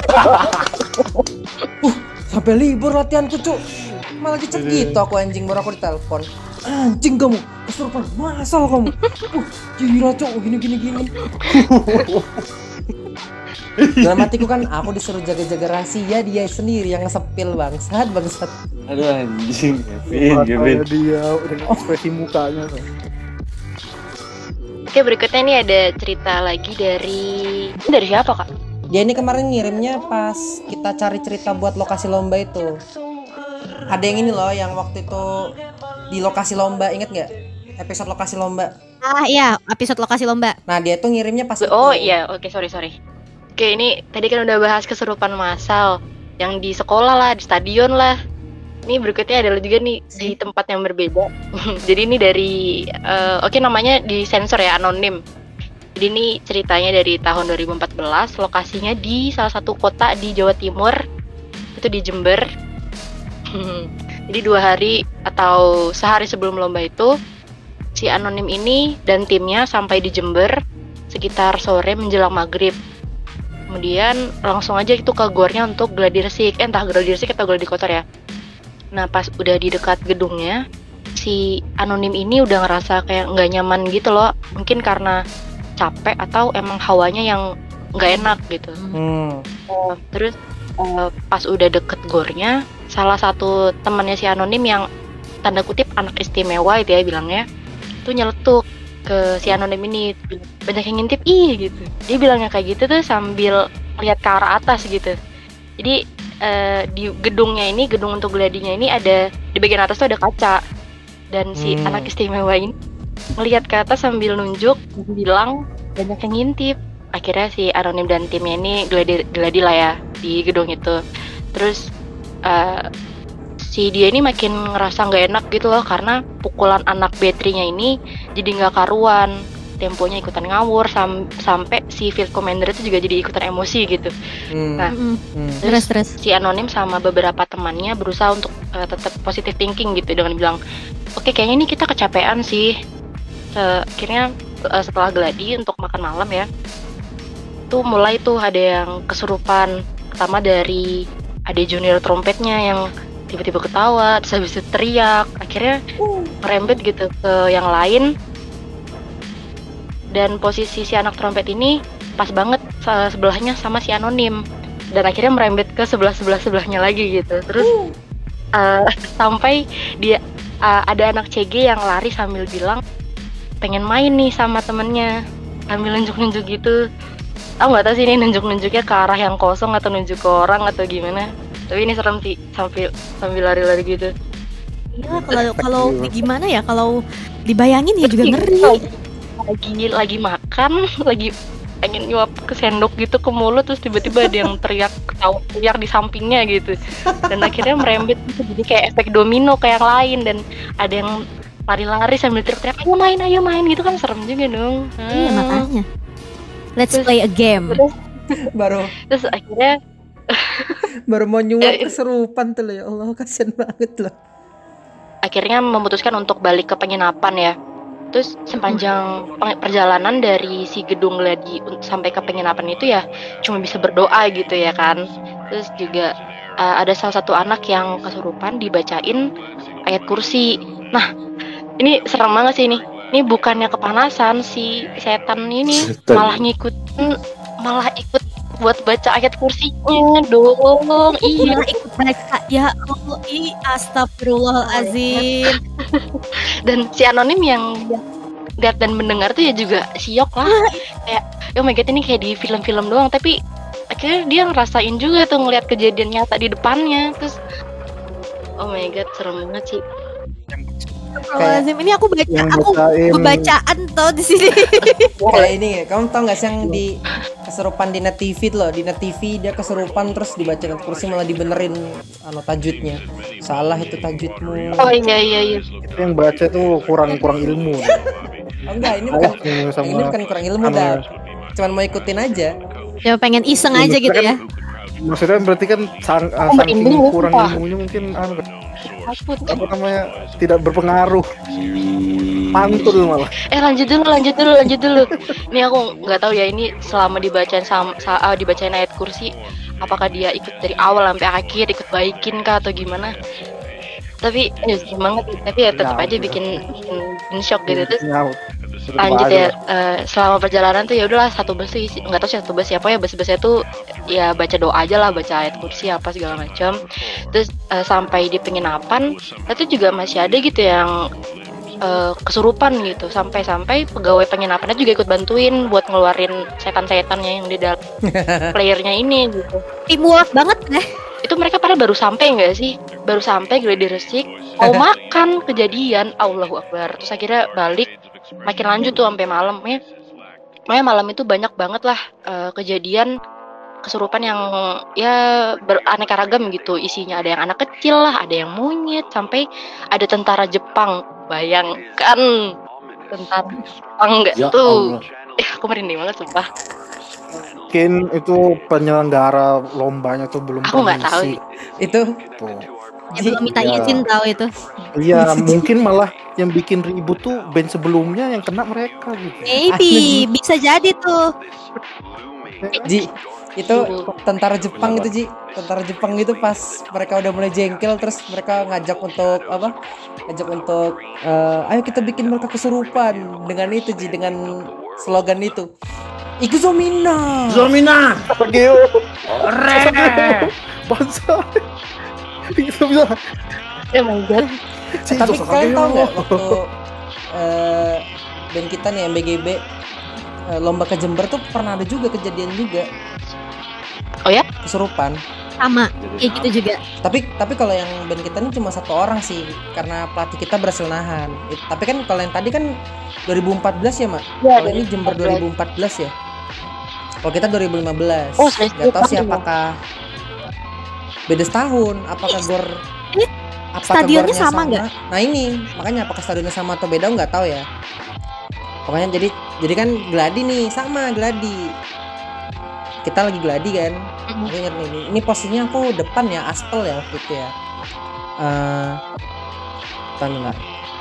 uh, sampai libur latihanku, Cuk. Malah dicat gitu aku, anjing. Baru aku ditelepon. "Anjing kamu, kesurupan massal kamu." Uh, gila, Cuk, gini gini gini. Dalam hatiku kan, aku disuruh jaga-jaga rahasia, dia sendiri yang ngesepil, bangsat, bangsat. Aduh anjing, Kevin, Kevin. Dia dengan ekspresi mukanya tuh. Oke, berikutnya nih ada cerita lagi dari ini dari siapa, Kak? Dia ini kemarin ngirimnya pas kita cari cerita buat lokasi lomba itu. Ada yang ini loh, yang waktu itu di lokasi lomba, inget nggak? Episode lokasi lomba. Ah iya, episode lokasi lomba. Nah, dia tuh ngirimnya pas itu. Oh iya, oke, sorry sorry. Oke, ini tadi kan udah bahas kesurupan massal yang di sekolah lah, di stadion lah. Ini berikutnya adalah juga nih di tempat yang berbeda. Jadi ini dari uh, oke namanya disensor ya, anonim. Jadi ini ceritanya dari tahun dua ribu empat belas, lokasinya di salah satu kota di Jawa Timur, itu di Jember. Jadi dua hari atau sehari sebelum lomba itu, si anonim ini dan timnya sampai di Jember sekitar sore menjelang maghrib. Kemudian langsung aja itu ke gornya untuk gladi resik, eh, entah gladi resik atau gladi kotor ya. Nah pas udah di dekat gedungnya, si anonim ini udah ngerasa kayak nggak nyaman gitu loh. Mungkin karena capek atau emang hawanya yang nggak enak gitu. Hmm. Uh, terus uh, pas udah deket gornya, salah satu temannya si anonim yang tanda kutip anak istimewa itu ya bilangnya, tuh nyeletuk ke si anonim ini, banyak yang ngintip ih gitu. Dia bilangnya kayak gitu tuh sambil lihat ke arah atas gitu. Jadi uh, di gedungnya ini, gedung untuk gladinya ini ada di bagian atas tuh ada kaca. Dan si Hmm. anak istimewa ini ngelihat ke atas sambil nunjuk, bilang banyak yang ngintip. Akhirnya si anonim dan timnya ini gladi gladi lah ya di gedung itu. Terus uh, si dia ini makin ngerasa nggak enak gitu loh, karena pukulan anak betrinya ini jadi nggak karuan, temponya ikutan ngawur sam- sampai si field commander itu juga jadi ikutan emosi gitu. Hmm. Nah, Mm-mm. Hmm. Terus terus. si anonim sama beberapa temannya berusaha untuk uh, tetap positive thinking gitu dengan bilang, oke kayaknya ini kita kecapean sih. Uh, akhirnya uh, setelah gladi untuk makan malam ya, tuh mulai tuh ada yang kesurupan. Pertama dari ada junior trompetnya yang tiba-tiba ketawa, terus habis itu teriak, akhirnya merembet gitu ke yang lain. Dan posisi si anak trompet ini pas banget uh, sebelahnya sama si anonim, dan akhirnya merembet ke sebelah-sebelah sebelahnya lagi gitu. Terus uh, sampai dia uh, ada anak C G yang lari sambil bilang pengen main nih sama temennya, sambil nunjuk-nunjuk gitu. Aku nggak tahu sih ini nunjuk-nunjuknya ke arah yang kosong atau nunjuk ke orang atau gimana. Tapi ini serem sih, sambil sambil lari-lari gitu. Iya, kalau kalau gimana ya, kalau dibayangin ya juga ngeri. Lagi lagi makan, lagi pengen nyuap ke sendok gitu ke mulut, terus tiba-tiba ada yang teriak ketawa teriak di sampingnya gitu. Dan akhirnya merembet gitu, jadi kayak efek domino kayak yang lain, dan ada yang lari-lari sambil teriak-teriak, ayo main, ayo main gitu kan, serem juga dong. Iya Hmm. makanya. Let's Terus- play a game. Terus, Baru terus akhirnya baru mau nyuap Eh, keserupan tuh loh, ya Allah, kasian banget loh. akhirnya memutuskan untuk balik ke penginapan ya. Terus sepanjang peng- perjalanan dari si gedung gladi un- sampai ke penginapan itu ya cuma bisa berdoa gitu ya kan. Terus juga uh, ada salah satu anak yang kesurupan dibacain ayat kursi. Nah, ini serem banget sih ini. Ini bukannya kepanasan, si setan ini Setan. malah ngikutin, malah ikut buat baca ayat kursinya dong. Iya. Iya, ikut mereka. Ya Allah, ih, astagfirullahalazim. Dan si anonim yang lihat dan mendengar tuh ya juga siok lah, kayak oh my god ini kayak di film-film doang, tapi akhirnya dia ngerasain juga tuh ngelihat kejadian nyata di depannya. Terus oh my god serem banget sih. Astagfirullahaladzim. Ini aku baca, Yang aku bacain- bacaan tuh di sini. Kayak ini, kamu tau gak sih yang di keserupan di Net T V loh, di Net T V dia keserupan terus dibaca Net Kursi malah dibenerin anu tajwidnya. Salah itu tajwidmu. Oh iya iya iya. Itu yang baca tuh kurang kurang ilmu. Oh enggak, ini bukan Ilmu sama ini bukan kurang ilmu anu. dah. Cuman mau ikutin aja. Coba pengen iseng aja gitu ya. Maksudnya berarti kan sang, uh, Aku saking merinding, kurang sumpah. ilmunya mungkin anu kan, Takut. apa namanya tidak berpengaruh. Mantul malah. Eh lanjut dulu, lanjut dulu, lanjut dulu. Ini aku nggak tahu ya ini selama dibacain sama sa- ah, dibacain ayat kursi, apakah dia ikut dari awal sampai akhir, ikut baikin kah atau gimana? Tapi ya sering banget, tapi ya tetap Ya, aja gitu. bikin bikin, bikin shock gitu terus. Nyaut. Tetep Lanjut aja ya, lah. eh, selama perjalanan tuh ya udahlah satu bus tuh isi- nggak tahu sih satu bus siapa ya bus-busnya tuh ya baca doa aja lah, baca ayat kursi apa segala macam. Terus eh, sampai di penginapan itu juga masih ada gitu yang eh, kesurupan gitu, sampai-sampai pegawai penginapannya juga ikut bantuin buat ngeluarin setan-setannya yang di dalam playernya ini gitu. Teamwork banget deh. Itu mereka pada baru sampai nggak sih? Baru sampai gladi resik, mau makan kejadian, Allahu Akbar. Terus akhirnya balik, makin lanjut tuh sampai malam. Ya, makanya malam itu banyak banget lah eh, kejadian kesurupan yang ya beraneka ragam gitu isinya. Ada yang anak kecil lah, ada yang monyet, sampai ada tentara Jepang. Bayangkan tentara Jepang nggak Ya tuh? Allah. Eh, aku merinding banget sumpah. Mungkin itu penyelenggara lombanya tuh belum Aku nggak tahu permisi. sih. Itu Tuh. Ya, belum minta Iya. izin tahu itu. Iya, mungkin malah yang bikin ribut tuh band sebelumnya yang kena mereka gitu. Maybe bisa jadi tuh. Ji, itu tentara Jepang itu Ji, tentara Jepang itu pas mereka udah mulai jengkel terus mereka ngajak untuk apa? Ngajak untuk eh, ayo kita bikin mereka kesurupan dengan itu Ji, dengan slogan itu. Ikuzomina. Zomina. Geo. Bangsa. Bisa bisa. Oh my god. Tapi kalian tahu nggak waktu eh, band kita nih M B G B eh, lomba ke Jember tuh pernah ada juga kejadian juga Oh ya? kesurupan. Sama kayak gitu juga. Tapi tapi kalau yang band kita ini cuma satu orang sih karena pelatih kita berhasil nahan. It- tapi kan kalau yang tadi kan dua ribu empat belas ya, Mak. Iya, Kalau ini Jember dua ribu empat belas ya. Kalau kita dua ribu lima belas. Oh, saya Gak tahu sih lupa. apakah beda setahun, apakah gor Ini apakah stadionnya gornya sama nggak? Nah, ini makanya apakah stadionnya sama atau beda nggak tahu ya. Pokoknya jadi jadi kan gladi nih, sama gladi. Kita lagi gladi kan. Mhm. Aku ingat nih, ini, ini posisinya aku depan ya, aspal ya waktu itu ya. Eh, depan enggak.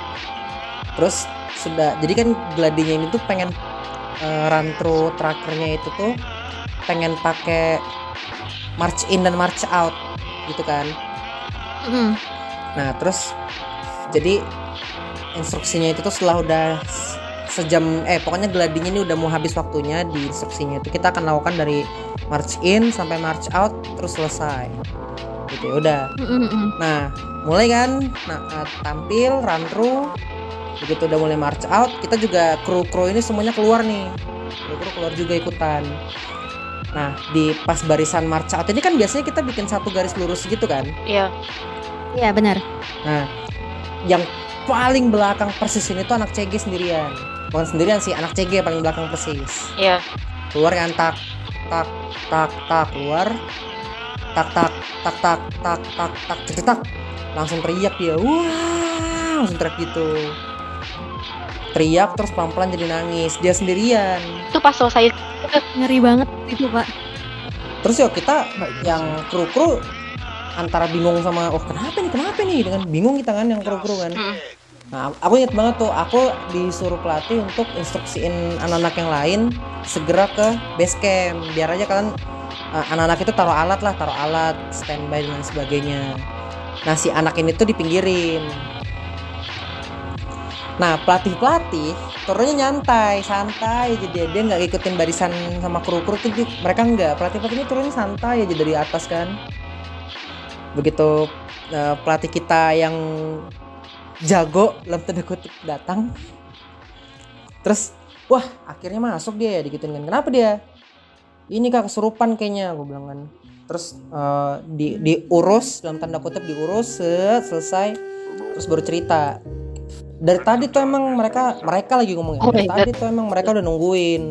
Terus sudah, jadi kan gladinya ini tuh pengen eh, run through trackernya itu tuh pengen pakai march in dan march out gitu kan. Mm-mm. Nah terus jadi instruksinya itu tuh setelah udah s- sejam eh pokoknya gladinya ini udah mau habis waktunya, di instruksinya itu kita akan lakukan dari march in sampai march out terus selesai gitu ya udah. Mm-mm. Nah mulai kan, nah eh, tampil run through, begitu udah mulai march out kita juga kru kru ini semuanya keluar nih, kru kru keluar juga ikutan. Nah di pas barisan march out ini kan biasanya kita bikin satu garis lurus gitu kan. Iya. Iya benar. Nah, yang paling belakang persis ini tuh anak C G sendirian. Bukan sendirian sih, anak C G paling belakang persis. Iya. Keluar kan tak tak tak tak keluar. Tak tak tak tak tak tak tak cetak. Langsung teriak dia. Wah, langsung teriak gitu. Teriak terus pelan-pelan jadi nangis. Dia sendirian. Itu pas selesai Ngeri banget itu, Pak. Terus ya kita yang kru-kru antara bingung sama oh kenapa nih kenapa nih dengan bingung kita kan yang kru-kru kan. Mm. Nah, aku ingat banget tuh, aku disuruh pelatih untuk instruksiin anak-anak yang lain segera ke base camp. Biar aja kalian uh, anak-anak itu taruh alat lah, taruh alat, standby dan lain sebagainya. Nah, si anak ini tuh dipinggirin. Nah, pelatih-pelatih turunnya nyantai, santai aja dia. Dia nggak ngikutin barisan sama kru-kru tuh, dia- mereka nggak. Pelatih-pelatihnya turunnya santai aja dari atas kan. Begitu uh, pelatih kita yang jago dalam tanda kutip datang, terus wah akhirnya masuk dia ya, digituin kan. Kenapa dia? Ini kak kesurupan kayaknya, aku bilang kan. Terus uh, di diurus dalam tanda kutip diurus, set, selesai, terus baru cerita dari tadi tuh emang mereka mereka lagi ngomongin. Oh dari my tadi tuh emang mereka udah nungguin.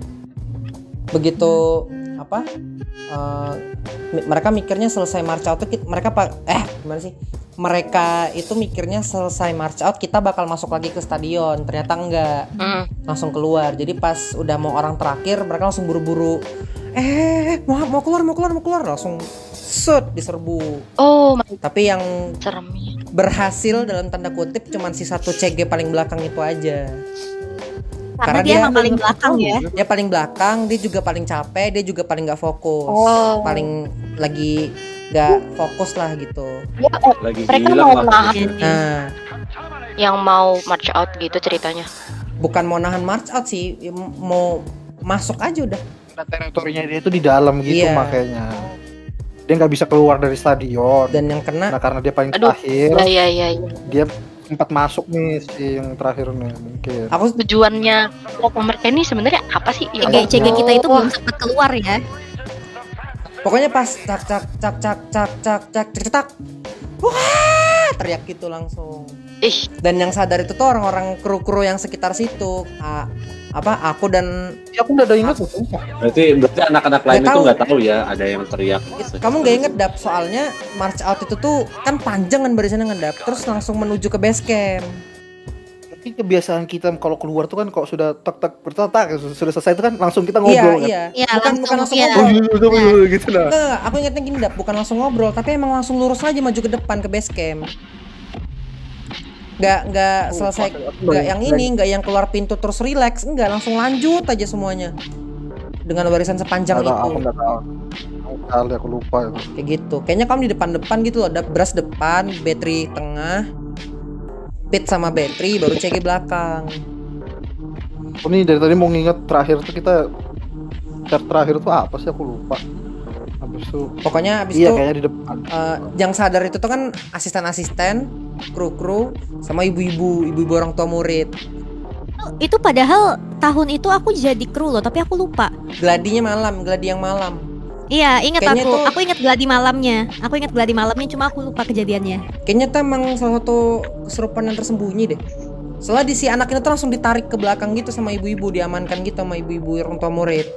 Begitu apa? Uh, mi- mereka mikirnya selesai march out tuh kita, mereka pak eh gimana sih? Mereka itu mikirnya selesai march out kita bakal masuk lagi ke stadion. Ternyata enggak. Mm. Langsung keluar. Jadi pas udah mau orang terakhir mereka langsung buru-buru. Eh, mau mau keluar, mau keluar, mau keluar langsung set diserbu. Oh, Tapi yang seremnya. berhasil dalam tanda kutip cuman si satu C G paling belakang itu aja. Karena, Karena dia dia- emang paling belakang ya. Dia paling belakang, dia juga paling capek, dia juga paling gak fokus. Oh. Paling lagi gak fokus lah gitu. Ya, oh, Lagi mereka hilang mau lah. nahan Nah, yang mau march out gitu ceritanya. bukan mau nahan march out sih, ya mau masuk aja udah. Nah, teritorinya dia itu di dalam gitu Iya. makanya. Dia nggak bisa keluar dari stadion. Dan yang kena Nah karena dia paling Aduh. terakhir, Ya ya ya. ya. dia sempat masuk nih si yang terakhir nih mungkin. aku Tujuannya kelompok mereka ini sebenarnya apa sih? C G C G kita itu Wah, belum sempat keluar ya. pokoknya pas cak cak cak cak cak cak cak cak cak wah teriak gitu langsung. ih, Dan yang sadar itu tuh orang-orang kru-kru yang sekitar situ. Ah, apa aku dan Ya, aku udah ada ingat tuh. sumpah. Berarti berarti anak-anak lain Nggak itu tahu. nggak tahu ya ada yang teriak. kamu nggak inget Dap, soalnya march out itu tuh kan panjang kan barisannya ngedap, terus langsung menuju ke base camp. Mungkin kebiasaan kita kalau keluar tuh kan kalau sudah tek tek bertatak sudah selesai itu kan langsung kita Iya ngobrol kan. iya. Iya, bukan langsung, bukan langsung iya. Oh, ngobrol. gitu, gitu, gitu, gitu lah. Enggak, aku ingetnya gini Dap, bukan langsung ngobrol, tapi emang langsung lurus aja maju ke depan ke base camp. Nggak nggak Oh, selesai, aku nggak baru- yang ini, nggak yang keluar pintu terus relax, enggak langsung lanjut aja semuanya dengan barisan sepanjang Nggak tahu, itu. aku nggak tahu. Aku kali aku lupa itu. Kayak gitu. Kayaknya kamu di depan-depan gitu loh, ada Bras depan, battery tengah, Pit sama battery, baru C G belakang. Aku nih dari tadi mau nginget terakhir tuh kita ter terakhir tuh apa sih aku lupa. Habis itu Pokoknya abis iya itu kayaknya di depan. eh, yang sadar itu tuh kan asisten-asisten, kru-kru, sama ibu-ibu, ibu-ibu orang tua murid. Itu padahal tahun itu aku jadi kru loh, tapi aku lupa. Gladinya malam, gladi yang malam. Iya, ingat Kayaknya aku. tuh- Aku ingat gladi malamnya. Aku ingat gladi malamnya, cuma aku lupa kejadiannya. Kayaknya tuh emang salah satu kesurupan yang tersembunyi deh. Setelah di si anak itu tuh langsung ditarik ke belakang gitu sama ibu-ibu, diamankan gitu sama ibu-ibu orang tua murid.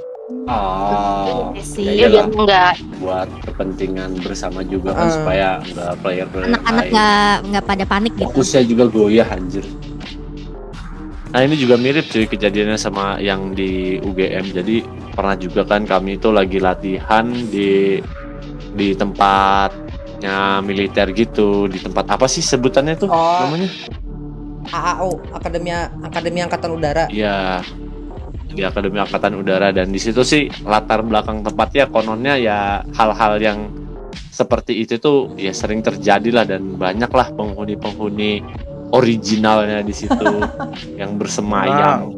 Ah, Sih. ya dia iyalah, biar enggak buat kepentingan bersama juga kan Ah. supaya nggak player-player Anak-anak lain. nggak nggak pada panik gitu. Fokusnya juga goyah anjir. Nah ini juga mirip cuy kejadiannya sama yang di U G M. Jadi pernah juga kan kami itu lagi latihan di di tempatnya militer gitu, di tempat apa sih sebutannya tuh Oh. namanya? A A U, Akademi Akademi Angkatan Udara. Iya, di Akademi Angkatan Udara, dan di situ sih latar belakang tempatnya kononnya ya hal-hal yang seperti itu tuh ya sering terjadi lah, dan banyak lah penghuni-penghuni originalnya di situ yang bersemayam.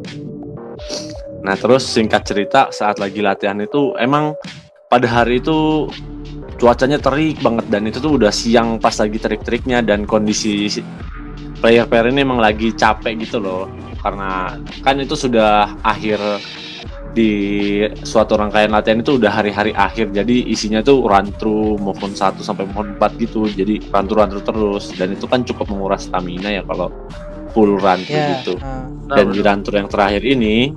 Nah terus singkat cerita saat lagi latihan itu emang pada hari itu cuacanya terik banget, dan itu tuh udah siang pas lagi terik-teriknya, dan kondisi player-player ini emang lagi capek gitu loh, karena kan itu sudah akhir di suatu rangkaian latihan, itu udah hari-hari akhir, jadi isinya tuh run through move on satu sampai move on empat gitu, jadi run through run through terus, dan itu kan cukup menguras stamina ya kalau full run through Ya. gitu. ah. Dan di run through yang terakhir ini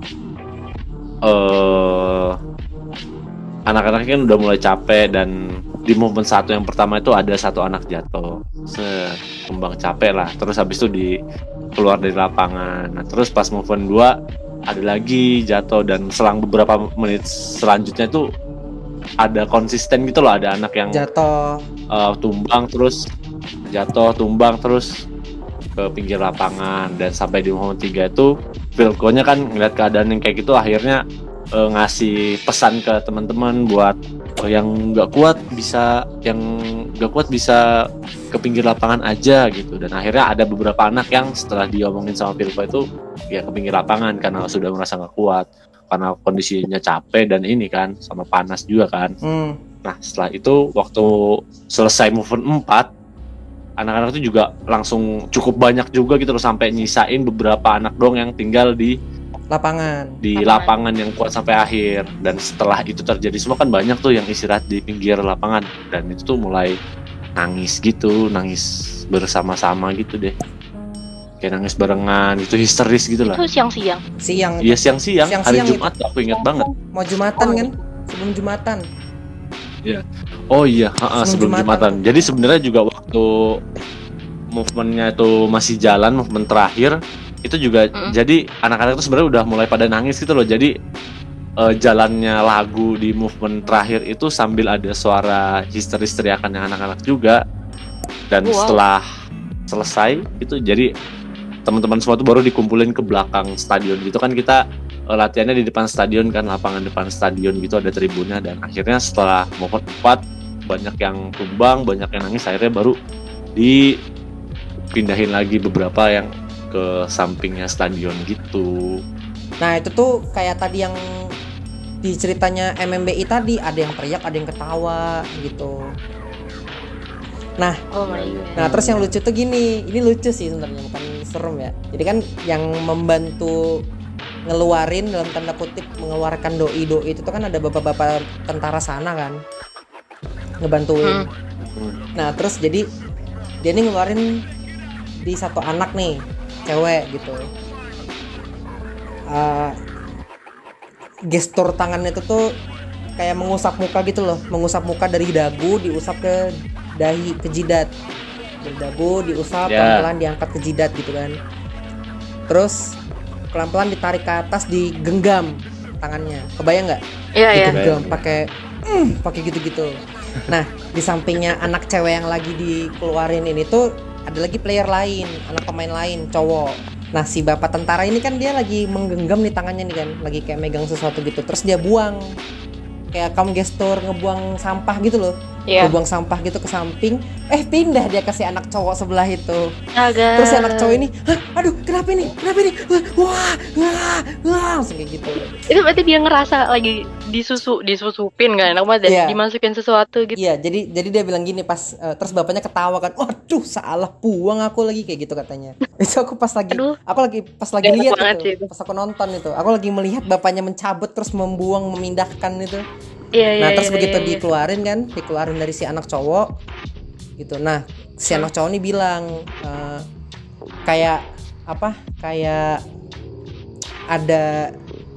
eh anak-anak kan udah mulai capek, dan di movement satu yang pertama itu ada satu anak jatuh, sekembang capek lah, terus habis itu di keluar dari lapangan. Nah terus pas movement dua ada lagi jatuh, dan selang beberapa menit selanjutnya itu ada konsisten gitu loh, ada anak yang Jatuh. uh, tumbang terus jatuh, tumbang terus ke pinggir lapangan, dan sampai di movement tiga itu Vilko-nya kan ngeliat keadaan yang kayak gitu, akhirnya uh, ngasih pesan ke teman-teman buat uh, yang nggak kuat bisa yang nggak kuat bisa ke pinggir lapangan aja gitu, dan akhirnya ada beberapa anak yang setelah diomongin sama Vilko itu ya ke pinggir lapangan karena sudah merasa nggak kuat, karena kondisinya capek dan ini kan sama panas juga kan. Hmm. Nah setelah itu waktu selesai movement empat, anak-anak itu juga langsung cukup banyak juga gitu loh, sampai nyisain beberapa anak dong yang tinggal di Lapangan. di lapangan yang kuat sampai akhir. Dan setelah itu terjadi semua kan banyak tuh yang istirahat di pinggir lapangan, dan itu tuh mulai nangis gitu, nangis bersama-sama gitu deh. kayak nangis barengan gitu, histeris gitu lah. Itu siang-siang. Siang. Iya siang-siang, hari Siang-siang Jumat aku ingat banget. Mau Jumatan kan? Sebelum Jumatan. Oh iya, ha-ha, Sebelum sebelum Jumatan. Jumatan. Jadi sebenarnya juga waktu movementnya itu masih jalan, movement terakhir itu juga Mm. jadi anak-anak itu sebenarnya udah mulai pada nangis gitu loh. Jadi eh, jalannya lagu di movement terakhir itu sambil ada suara histeris teriakannya anak-anak juga. Dan Wow. setelah selesai itu jadi teman-teman semua tuh baru dikumpulin ke belakang stadion gitu kan, kita eh, latihannya di depan stadion kan, lapangan depan stadion gitu ada tribunnya, dan akhirnya setelah movement empat banyak yang tumbang, banyak yang nangis, akhirnya baru dipindahin lagi beberapa yang ke sampingnya stadion gitu. Nah itu tuh kayak tadi yang di ceritanya M M B I tadi, ada yang teriak, ada yang ketawa gitu. Oh my god. Nah terus yang lucu tuh gini, ini lucu sih sebenarnya, bukan serem ya. Jadi kan yang membantu ngeluarin dalam tanda kutip mengeluarkan doi doi itu tuh kan ada bapak-bapak tentara sana kan, ngebantuin. Nah terus jadi dia nih ngeluarin di satu anak nih, cewek gitu. Uh, gestur tangannya itu tuh kayak mengusap muka gitu loh, mengusap muka dari dagu diusap ke dahi, ke jidat, dari dagu diusap Ya. pelan-pelan diangkat ke jidat gitu kan, terus pelan-pelan ditarik ke atas, digenggam tangannya, kebayang nggak? Iya iya. Digenggam pakai mm, pakai gitu-gitu. Nah di sampingnya anak cewek yang lagi dikeluarin ini tuh ada lagi player lain, anak pemain lain cowok. Nah si bapak tentara ini kan dia lagi menggenggam nih tangannya nih kan, lagi kayak megang sesuatu gitu, terus dia buang kayak kaum gestur ngebuang sampah gitu loh. Iya. Ngebuang sampah gitu ke samping, eh pindah dia ke si anak cowok sebelah itu. Agak. Terus si anak cowok ini, "Hah, aduh kenapa ini, kenapa ini, wah, wah, wah," langsung kayak gitu. Itu berarti dia ngerasa lagi disusu, disusupin kan? Enak banget Iya. ya, dimasukin sesuatu gitu. Iya, jadi jadi dia bilang gini pas eh, terus bapaknya ketawa kan, waduh salah buang aku lagi kayak gitu katanya. Itu aku pas lagi, Aduh. aku lagi pas lagi Enak lihat banget itu, sih itu. pas aku nonton itu, aku lagi melihat bapaknya mencabut terus membuang, memindahkan itu. Iya iya. Nah terus iya, begitu iya, iya. dikeluarin kan, dikeluarin dari si anak cowok gitu. Nah si anak cowok ini bilang eh, kayak apa? Kayak ada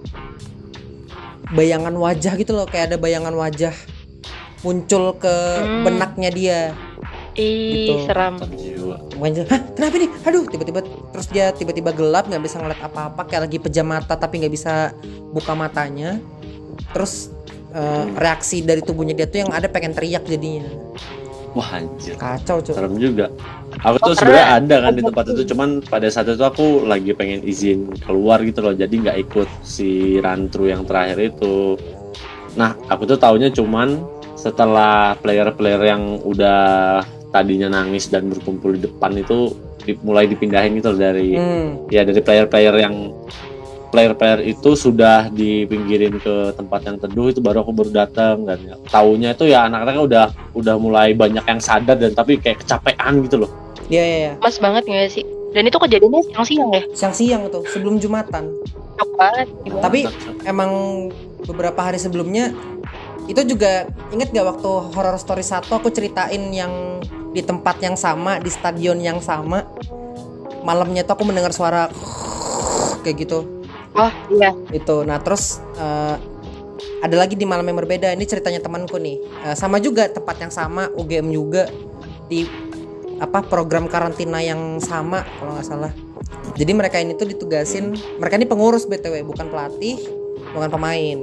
bayangan wajah gitu loh, kayak ada bayangan wajah muncul ke Hmm. benaknya dia. Ih, gitu. seram. Jiwa. Makanya, hah kenapa nih? Aduh, tiba-tiba terus dia tiba-tiba gelap, nggak bisa ngeliat apa-apa, kayak lagi pejam mata tapi nggak bisa buka matanya. Terus eh, reaksi dari tubuhnya dia tuh yang ada pengen teriak jadinya. Wah anjir, Kacau cuy. serem juga. Aku tuh Oh, sebenarnya keren. ada kan di tempat itu, cuman pada saat itu aku lagi pengen izin keluar gitu loh, jadi nggak ikut si run through yang terakhir itu. Nah aku tuh taunya cuman setelah player-player yang udah tadinya nangis dan berkumpul di depan itu di- mulai dipindahin gitu loh dari Hmm. ya dari player-player yang player-player itu sudah dipinggirin ke tempat yang teduh, itu baru aku baru datang, dan ya, taunya itu ya anak-anaknya udah udah mulai banyak yang sadar dan tapi kayak kecapean gitu loh. Iya iya iya. Mas banget nggak sih? Dan itu kejadiannya siang-siang ya? Siang-siang tuh sebelum Jumatan. Shock banget. Tapi emang beberapa hari sebelumnya itu juga inget gak waktu Horror Story satu aku ceritain yang di tempat yang sama, di stadion yang sama, malamnya tuh aku mendengar suara kayak gitu. Oh iya. Itu. Nah terus eh, ada lagi di malam yang berbeda. Ini ceritanya temanku nih. Eh, sama juga tempat yang sama, U G M juga, di apa program karantina yang sama kalau nggak salah. Jadi mereka ini tuh ditugasin. Mereka ini pengurus B T W, bukan pelatih, bukan pemain.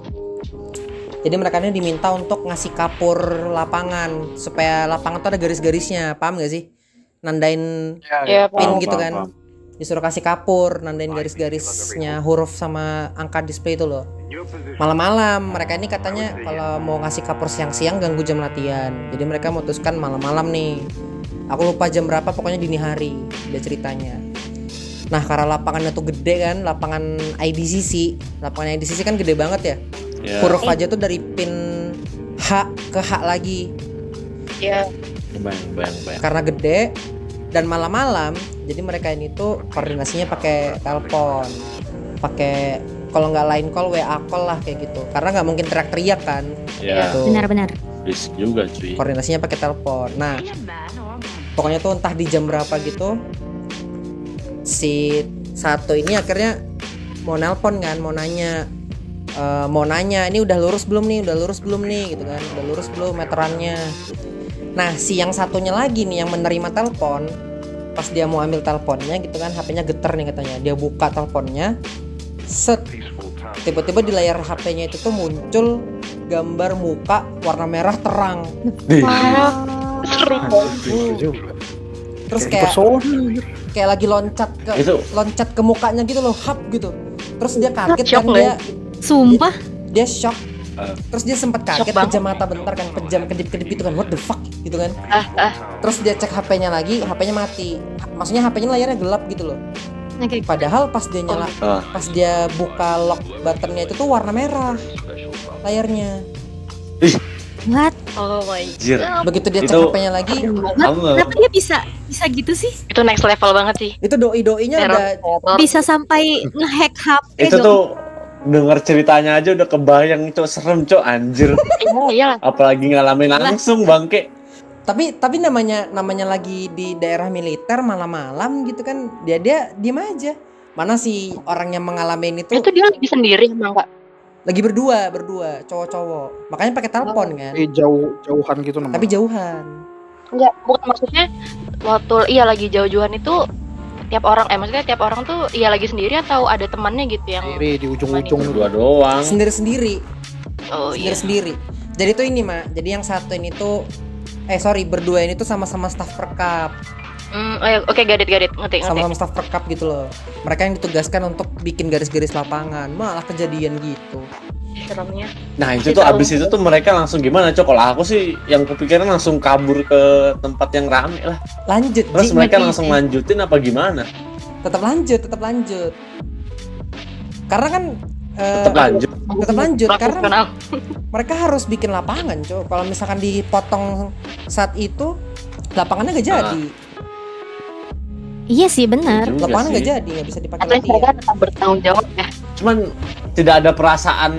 Jadi mereka ini diminta untuk ngasih kapur lapangan supaya lapangan tuh ada garis-garisnya. Paham gak sih? Nandain Iya, pin Paham, gitu paham, kan. paham. Disuruh kasih kapur, nandain garis-garisnya huruf sama angka display itu loh. Malam-malam mereka ini katanya kalau mau ngasih kapur siang-siang ganggu jam latihan. Jadi mereka memutuskan malam-malam nih. Aku lupa jam berapa, pokoknya dini hari dia ceritanya. Nah karena lapangannya tuh gede kan, lapangan I D C C. Lapangan I D C C kan gede banget ya. Ya, Huruf aja tuh dari pin H ke H lagi. Iya. bayang, bayang, bayang. Karena gede dan malam-malam, jadi mereka ini tuh koordinasinya pakai telepon, pakai kalau nggak line call W A call lah kayak gitu, karena nggak mungkin teriak-teriak kan. Ya, Gitu. Benar-benar. risk juga cuy. Koordinasinya pakai telepon. Nah pokoknya tuh entah di jam berapa gitu, si satu ini akhirnya mau nelpon kan, mau nanya e, mau nanya ini udah lurus belum nih, udah lurus belum nih gitu kan, udah lurus belum meterannya. Nah si yang satunya lagi nih yang menerima telepon, pas dia mau ambil teleponnya gitu kan, H P-nya geter nih katanya, dia buka teleponnya, set, tiba-tiba di layar H P-nya itu tuh muncul gambar muka warna merah terang. Seru. Terus kayak kayak lagi loncat ke Itu. loncat ke mukanya gitu loh, hap gitu. Terus dia kaget Shock kan, loh. dia Sumpah. dia shock. Uh. Terus dia sempat kaget, Shock pejam mata bentar kan, pejam kedip-kedip gitu kan, what the fuck gitu kan. Ah, ah. Terus dia cek H P-nya lagi, H P-nya mati. Maksudnya H P-nya layarnya gelap gitu loh. Oke. Padahal pas dia nyala, Ah. pas dia buka lock buttonnya itu tuh warna merah layarnya. What? Oh my Anjir. god. Begitu dia cek Itu- H P-nya lagi, Aku nggak- Kenapa dia bisa bisa gitu sih? Itu next level banget sih. itu doi-doinya Teror, udah teror. Bisa sampai ngehack H P itu dong. tuh denger ceritanya aja udah kebayang, cok, serem cok, anjir. Iya, iya. Apalagi ngalamin langsung bangke. tapi tapi namanya namanya lagi di daerah militer malam-malam gitu kan, dia dia diem aja. Mana si orang yang mengalami itu Itu dia lagi sendiri emang Kak. lagi berdua berdua cowok-cowok, makanya pakai telepon kan, Eh jauh jauhan gitu namanya. tapi jauhan. Enggak, bukan maksudnya waktu iya lagi jauh-jauhan itu tiap orang eh maksudnya tiap orang tuh iya lagi sendiri atau ada temannya gitu yang Sendiri di ujung-ujung gitu. Dua doang. Sendiri-sendiri, oh iya. sendiri-sendiri. Jadi tuh ini Mak, jadi yang satu ini tuh eh sorry berdua ini tuh sama-sama staf perkap, Hmm, oh, iya, oke gadit gadit ngerti ngerti. sama-sama staf perkap gitu loh. Mereka yang ditugaskan untuk bikin garis-garis lapangan, malah kejadian gitu. Seremnya. Nah itu tuh abis itu tuh mereka langsung gimana cok? Kalau aku sih yang kepikiran langsung kabur ke tempat yang rame lah. Lanjut, Terus Ji. mereka ngerti langsung sih. lanjutin apa gimana? tetap lanjut, tetap lanjut. Karena kan eh, Tetap lanjut. tetap lanjut karena Profesional. mereka harus bikin lapangan, Cok. Kalau misalkan dipotong saat itu, lapangannya gak jadi. Iya sih benar. Juga Lapangannya sih. gak jadi, gak bisa dipakai Atau lagi. mereka tetap bertanggung jawab ya. Cuman tidak ada perasaan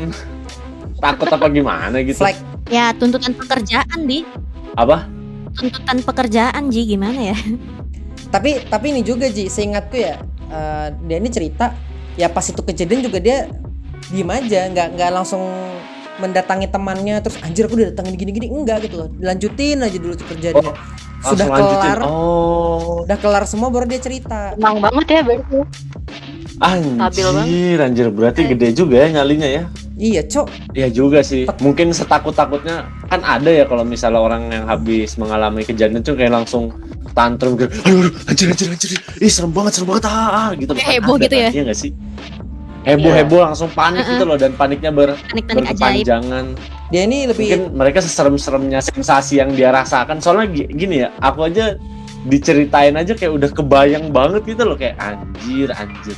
takut apa gimana gitu. Flag. Ya tuntutan pekerjaan di Apa? tuntutan pekerjaan Ji gimana ya? Tapi tapi ini juga Ji, seingatku ya, eh, dia ini cerita ya pas itu kejadian juga dia diem aja, nggak nggak langsung mendatangi temannya terus anjir aku udah datangin gini-gini, enggak gitu loh, dilanjutin aja dulu kerjanya. Oh, Sudah Langsung lanjutin. kelar, Oh. udah kelar semua baru dia cerita. Tenang banget ya berarti. Stabil Anjir, anjir berarti gede juga ya nyalinya ya. Iya, Cok. Iya juga sih. Mungkin setakut-takutnya kan ada ya kalau misalnya orang yang habis mengalami kejadian tuh kayak langsung tantrum gitu. Aduh, aduh, anjir anjir anjir. Ih, serem banget, serem banget. Ah, ah gitu. Kayak Kan heboh ada gitu kan? ya? Iya enggak sih? Heboh-heboh langsung panik gitu loh, dan paniknya ber Panik-panik ajaib. berkepanjangan. Dia ini lebih Mungkin mereka seserem-seremnya sensasi yang dia rasakan. Soalnya gi- gini ya, aku aja diceritain aja kayak udah kebayang banget gitu loh, kayak anjir anjir.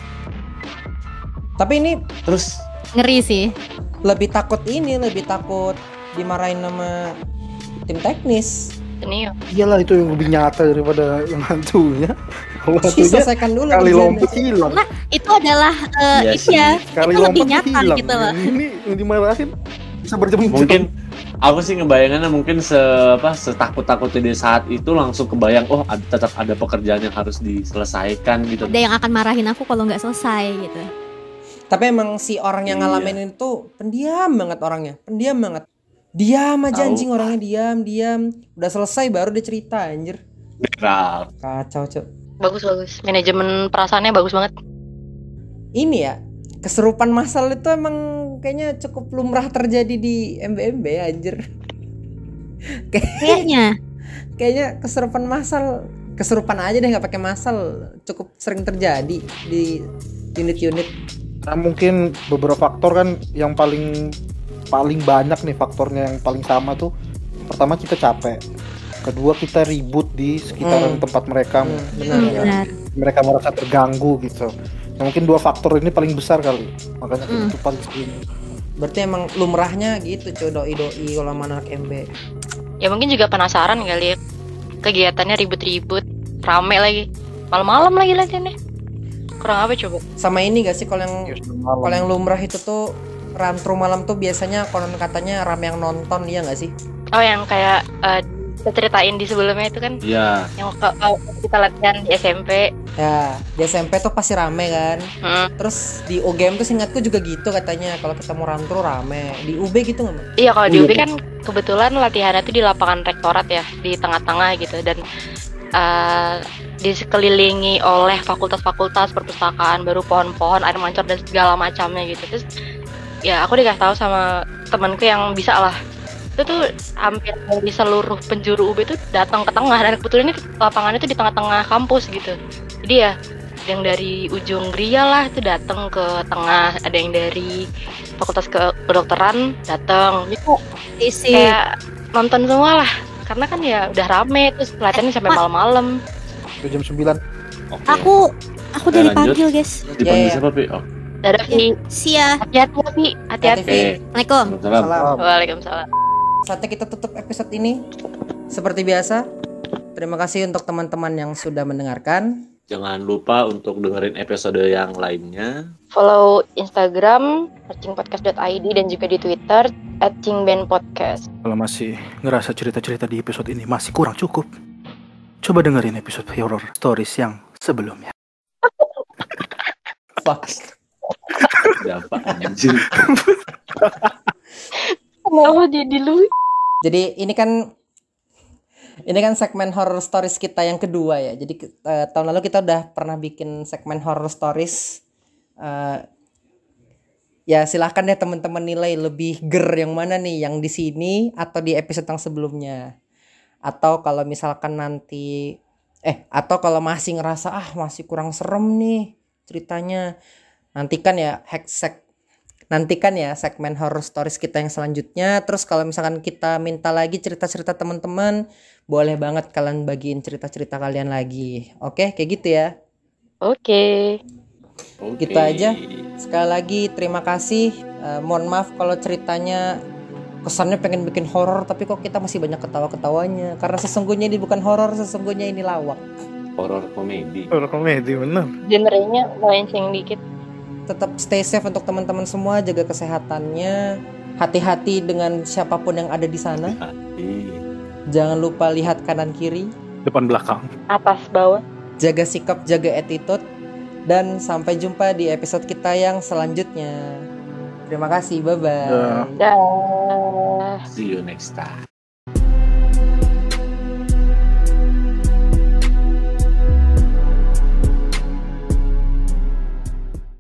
tapi ini Terus Ngeri sih. lebih takut ini, lebih takut dimarahin sama tim teknis. Ini Iyalah itu yang lebih nyata daripada yang hantunya. Kalau hantunya Selesaikan dulu kali kerjaannya. lompat hilang. Karena itu adalah eh, Iya itu sih. ya, Kali itu lebih lompat nyata hilang. gitu loh. Ini yang dimarahin bisa berjam-jam. mungkin aku sih ngebayangannya mungkin se apa setakut-takutnya di saat itu langsung kebayang, oh ada, tetap ada pekerjaan yang harus diselesaikan gitu. Ada yang akan marahin aku kalau nggak selesai gitu. Tapi emang si orang yang Iya. ngalamin itu pendiam banget orangnya, pendiam banget. Diam aja Tahu. anjing orangnya, diam, diam. Udah selesai baru dia cerita anjir. Netral. Kacau, Cok. bagus bagus. Manajemen perasaannya bagus banget. Ini ya, keserupan massal itu emang kayaknya cukup lumrah terjadi di M B M B ya, anjir. Kayak- Kayaknya Kayaknya keserupan massal, keserupan aja deh nggak pakai massal, cukup sering terjadi di unit-unit. Nah, mungkin beberapa faktor kan yang paling paling banyak nih faktornya yang paling sama tuh. Pertama kita capek. Kedua kita ribut di sekitaran Hmm. tempat mereka. Hmm, benar, hmm, ya. benar. Mereka merasa terganggu gitu. Nah, mungkin dua faktor ini paling besar kali. Makanya Hmm. itu paling sering. Berarti emang lumrahnya gitu, Cok, doi-doi kalau sama anak M B. Ya mungkin juga penasaran kali ya. Kegiatannya ribut-ribut, rame lagi. Malam-malam lagi latihannya. Kurang apa coba? Sama ini gak sih kalau yang Ya, malam. kalau yang lumrah itu tuh rantru malam tuh biasanya konon katanya rame yang nonton, iya gak sih? Oh yang kayak eh, kita ceritain di sebelumnya itu kan Iya. yang ke- ke- kita latihan di S M P. Ya, di S M P tuh pasti rame kan. Hmm. Terus di U G M tuh seingatku juga gitu katanya, kalau kita mau rantau rame. Di U B gitu nggak, Mbak? Iya kalau di Iya, U B kan kebetulan latihannya tuh di lapangan rektorat ya, di tengah-tengah gitu, dan uh, dikelilingi oleh fakultas-fakultas perpustakaan, baru pohon-pohon, air mancur dan segala macamnya gitu. Terus ya aku dikasih tahu sama temanku yang bisa lah, itu tuh hampir dari seluruh penjuru U B itu datang ke tengah, dan kebetulan ini lapangannya tuh di tengah-tengah kampus gitu. Jadi ya yang dari ujung Gria lah itu datang ke tengah, ada yang dari fakultas ke kedokteran datang. Jadi kok Isi. kayak nonton semua lah, karena kan ya udah rame, terus pelatihannya sampai Pak. malam-malam. Sampai jam sembilan. Oke. Aku aku Ya, dari lanjut. panggil, guys. Dipanggil Ya, ya. siapa, Pi? Oh, Dadah Vi, Sia. hati-hati ya Vi, hati-hati. Hati-hati. Assalamualaikum. salam. Salam. Waalaikumsalam. Saatnya kita tutup episode ini. Seperti biasa, terima kasih untuk teman-teman yang sudah mendengarkan. Jangan lupa untuk dengerin episode yang lainnya. Follow Instagram cingpodcast dot i d dan juga di Twitter at cingbenpodcast. Kalau masih ngerasa cerita-cerita di episode ini masih kurang cukup, coba dengerin episode horror stories yang sebelumnya. Fuck. Siapa anjing? Kenapa jadi lu? Jadi ini kan ini kan segmen horror stories kita yang kedua ya. Jadi eh, tahun lalu kita udah pernah bikin segmen horror stories. Eh, ya silahkan deh teman-teman nilai lebih ger yang mana nih, yang di sini atau di episode yang sebelumnya. Atau kalau misalkan nanti eh atau kalau masih ngerasa ah masih kurang serem nih ceritanya, nantikan ya hashtag nantikan ya segmen horror stories kita yang selanjutnya. Terus kalau misalkan kita minta lagi cerita-cerita teman-teman, boleh banget kalian bagiin cerita-cerita kalian lagi. Oke, kayak gitu ya. Oke. Oke. Gitu aja. Sekali lagi terima kasih. Eh, mohon maaf kalau ceritanya kesannya pengen bikin horor tapi kok kita masih banyak ketawa-ketawanya. Karena sesungguhnya ini bukan horor, sesungguhnya ini lawak. Horor komedi. Horror komedi bener. Genrenya melenceng dikit. Tetap stay safe untuk teman-teman semua, jaga kesehatannya. Hati-hati dengan siapapun yang ada di sana. Hati. Jangan lupa lihat kanan kiri. Depan belakang. Atas bawah. Jaga sikap, jaga attitude. Dan sampai jumpa di episode kita yang selanjutnya. Terima kasih, bye-bye. Dah. Dah. See you next time.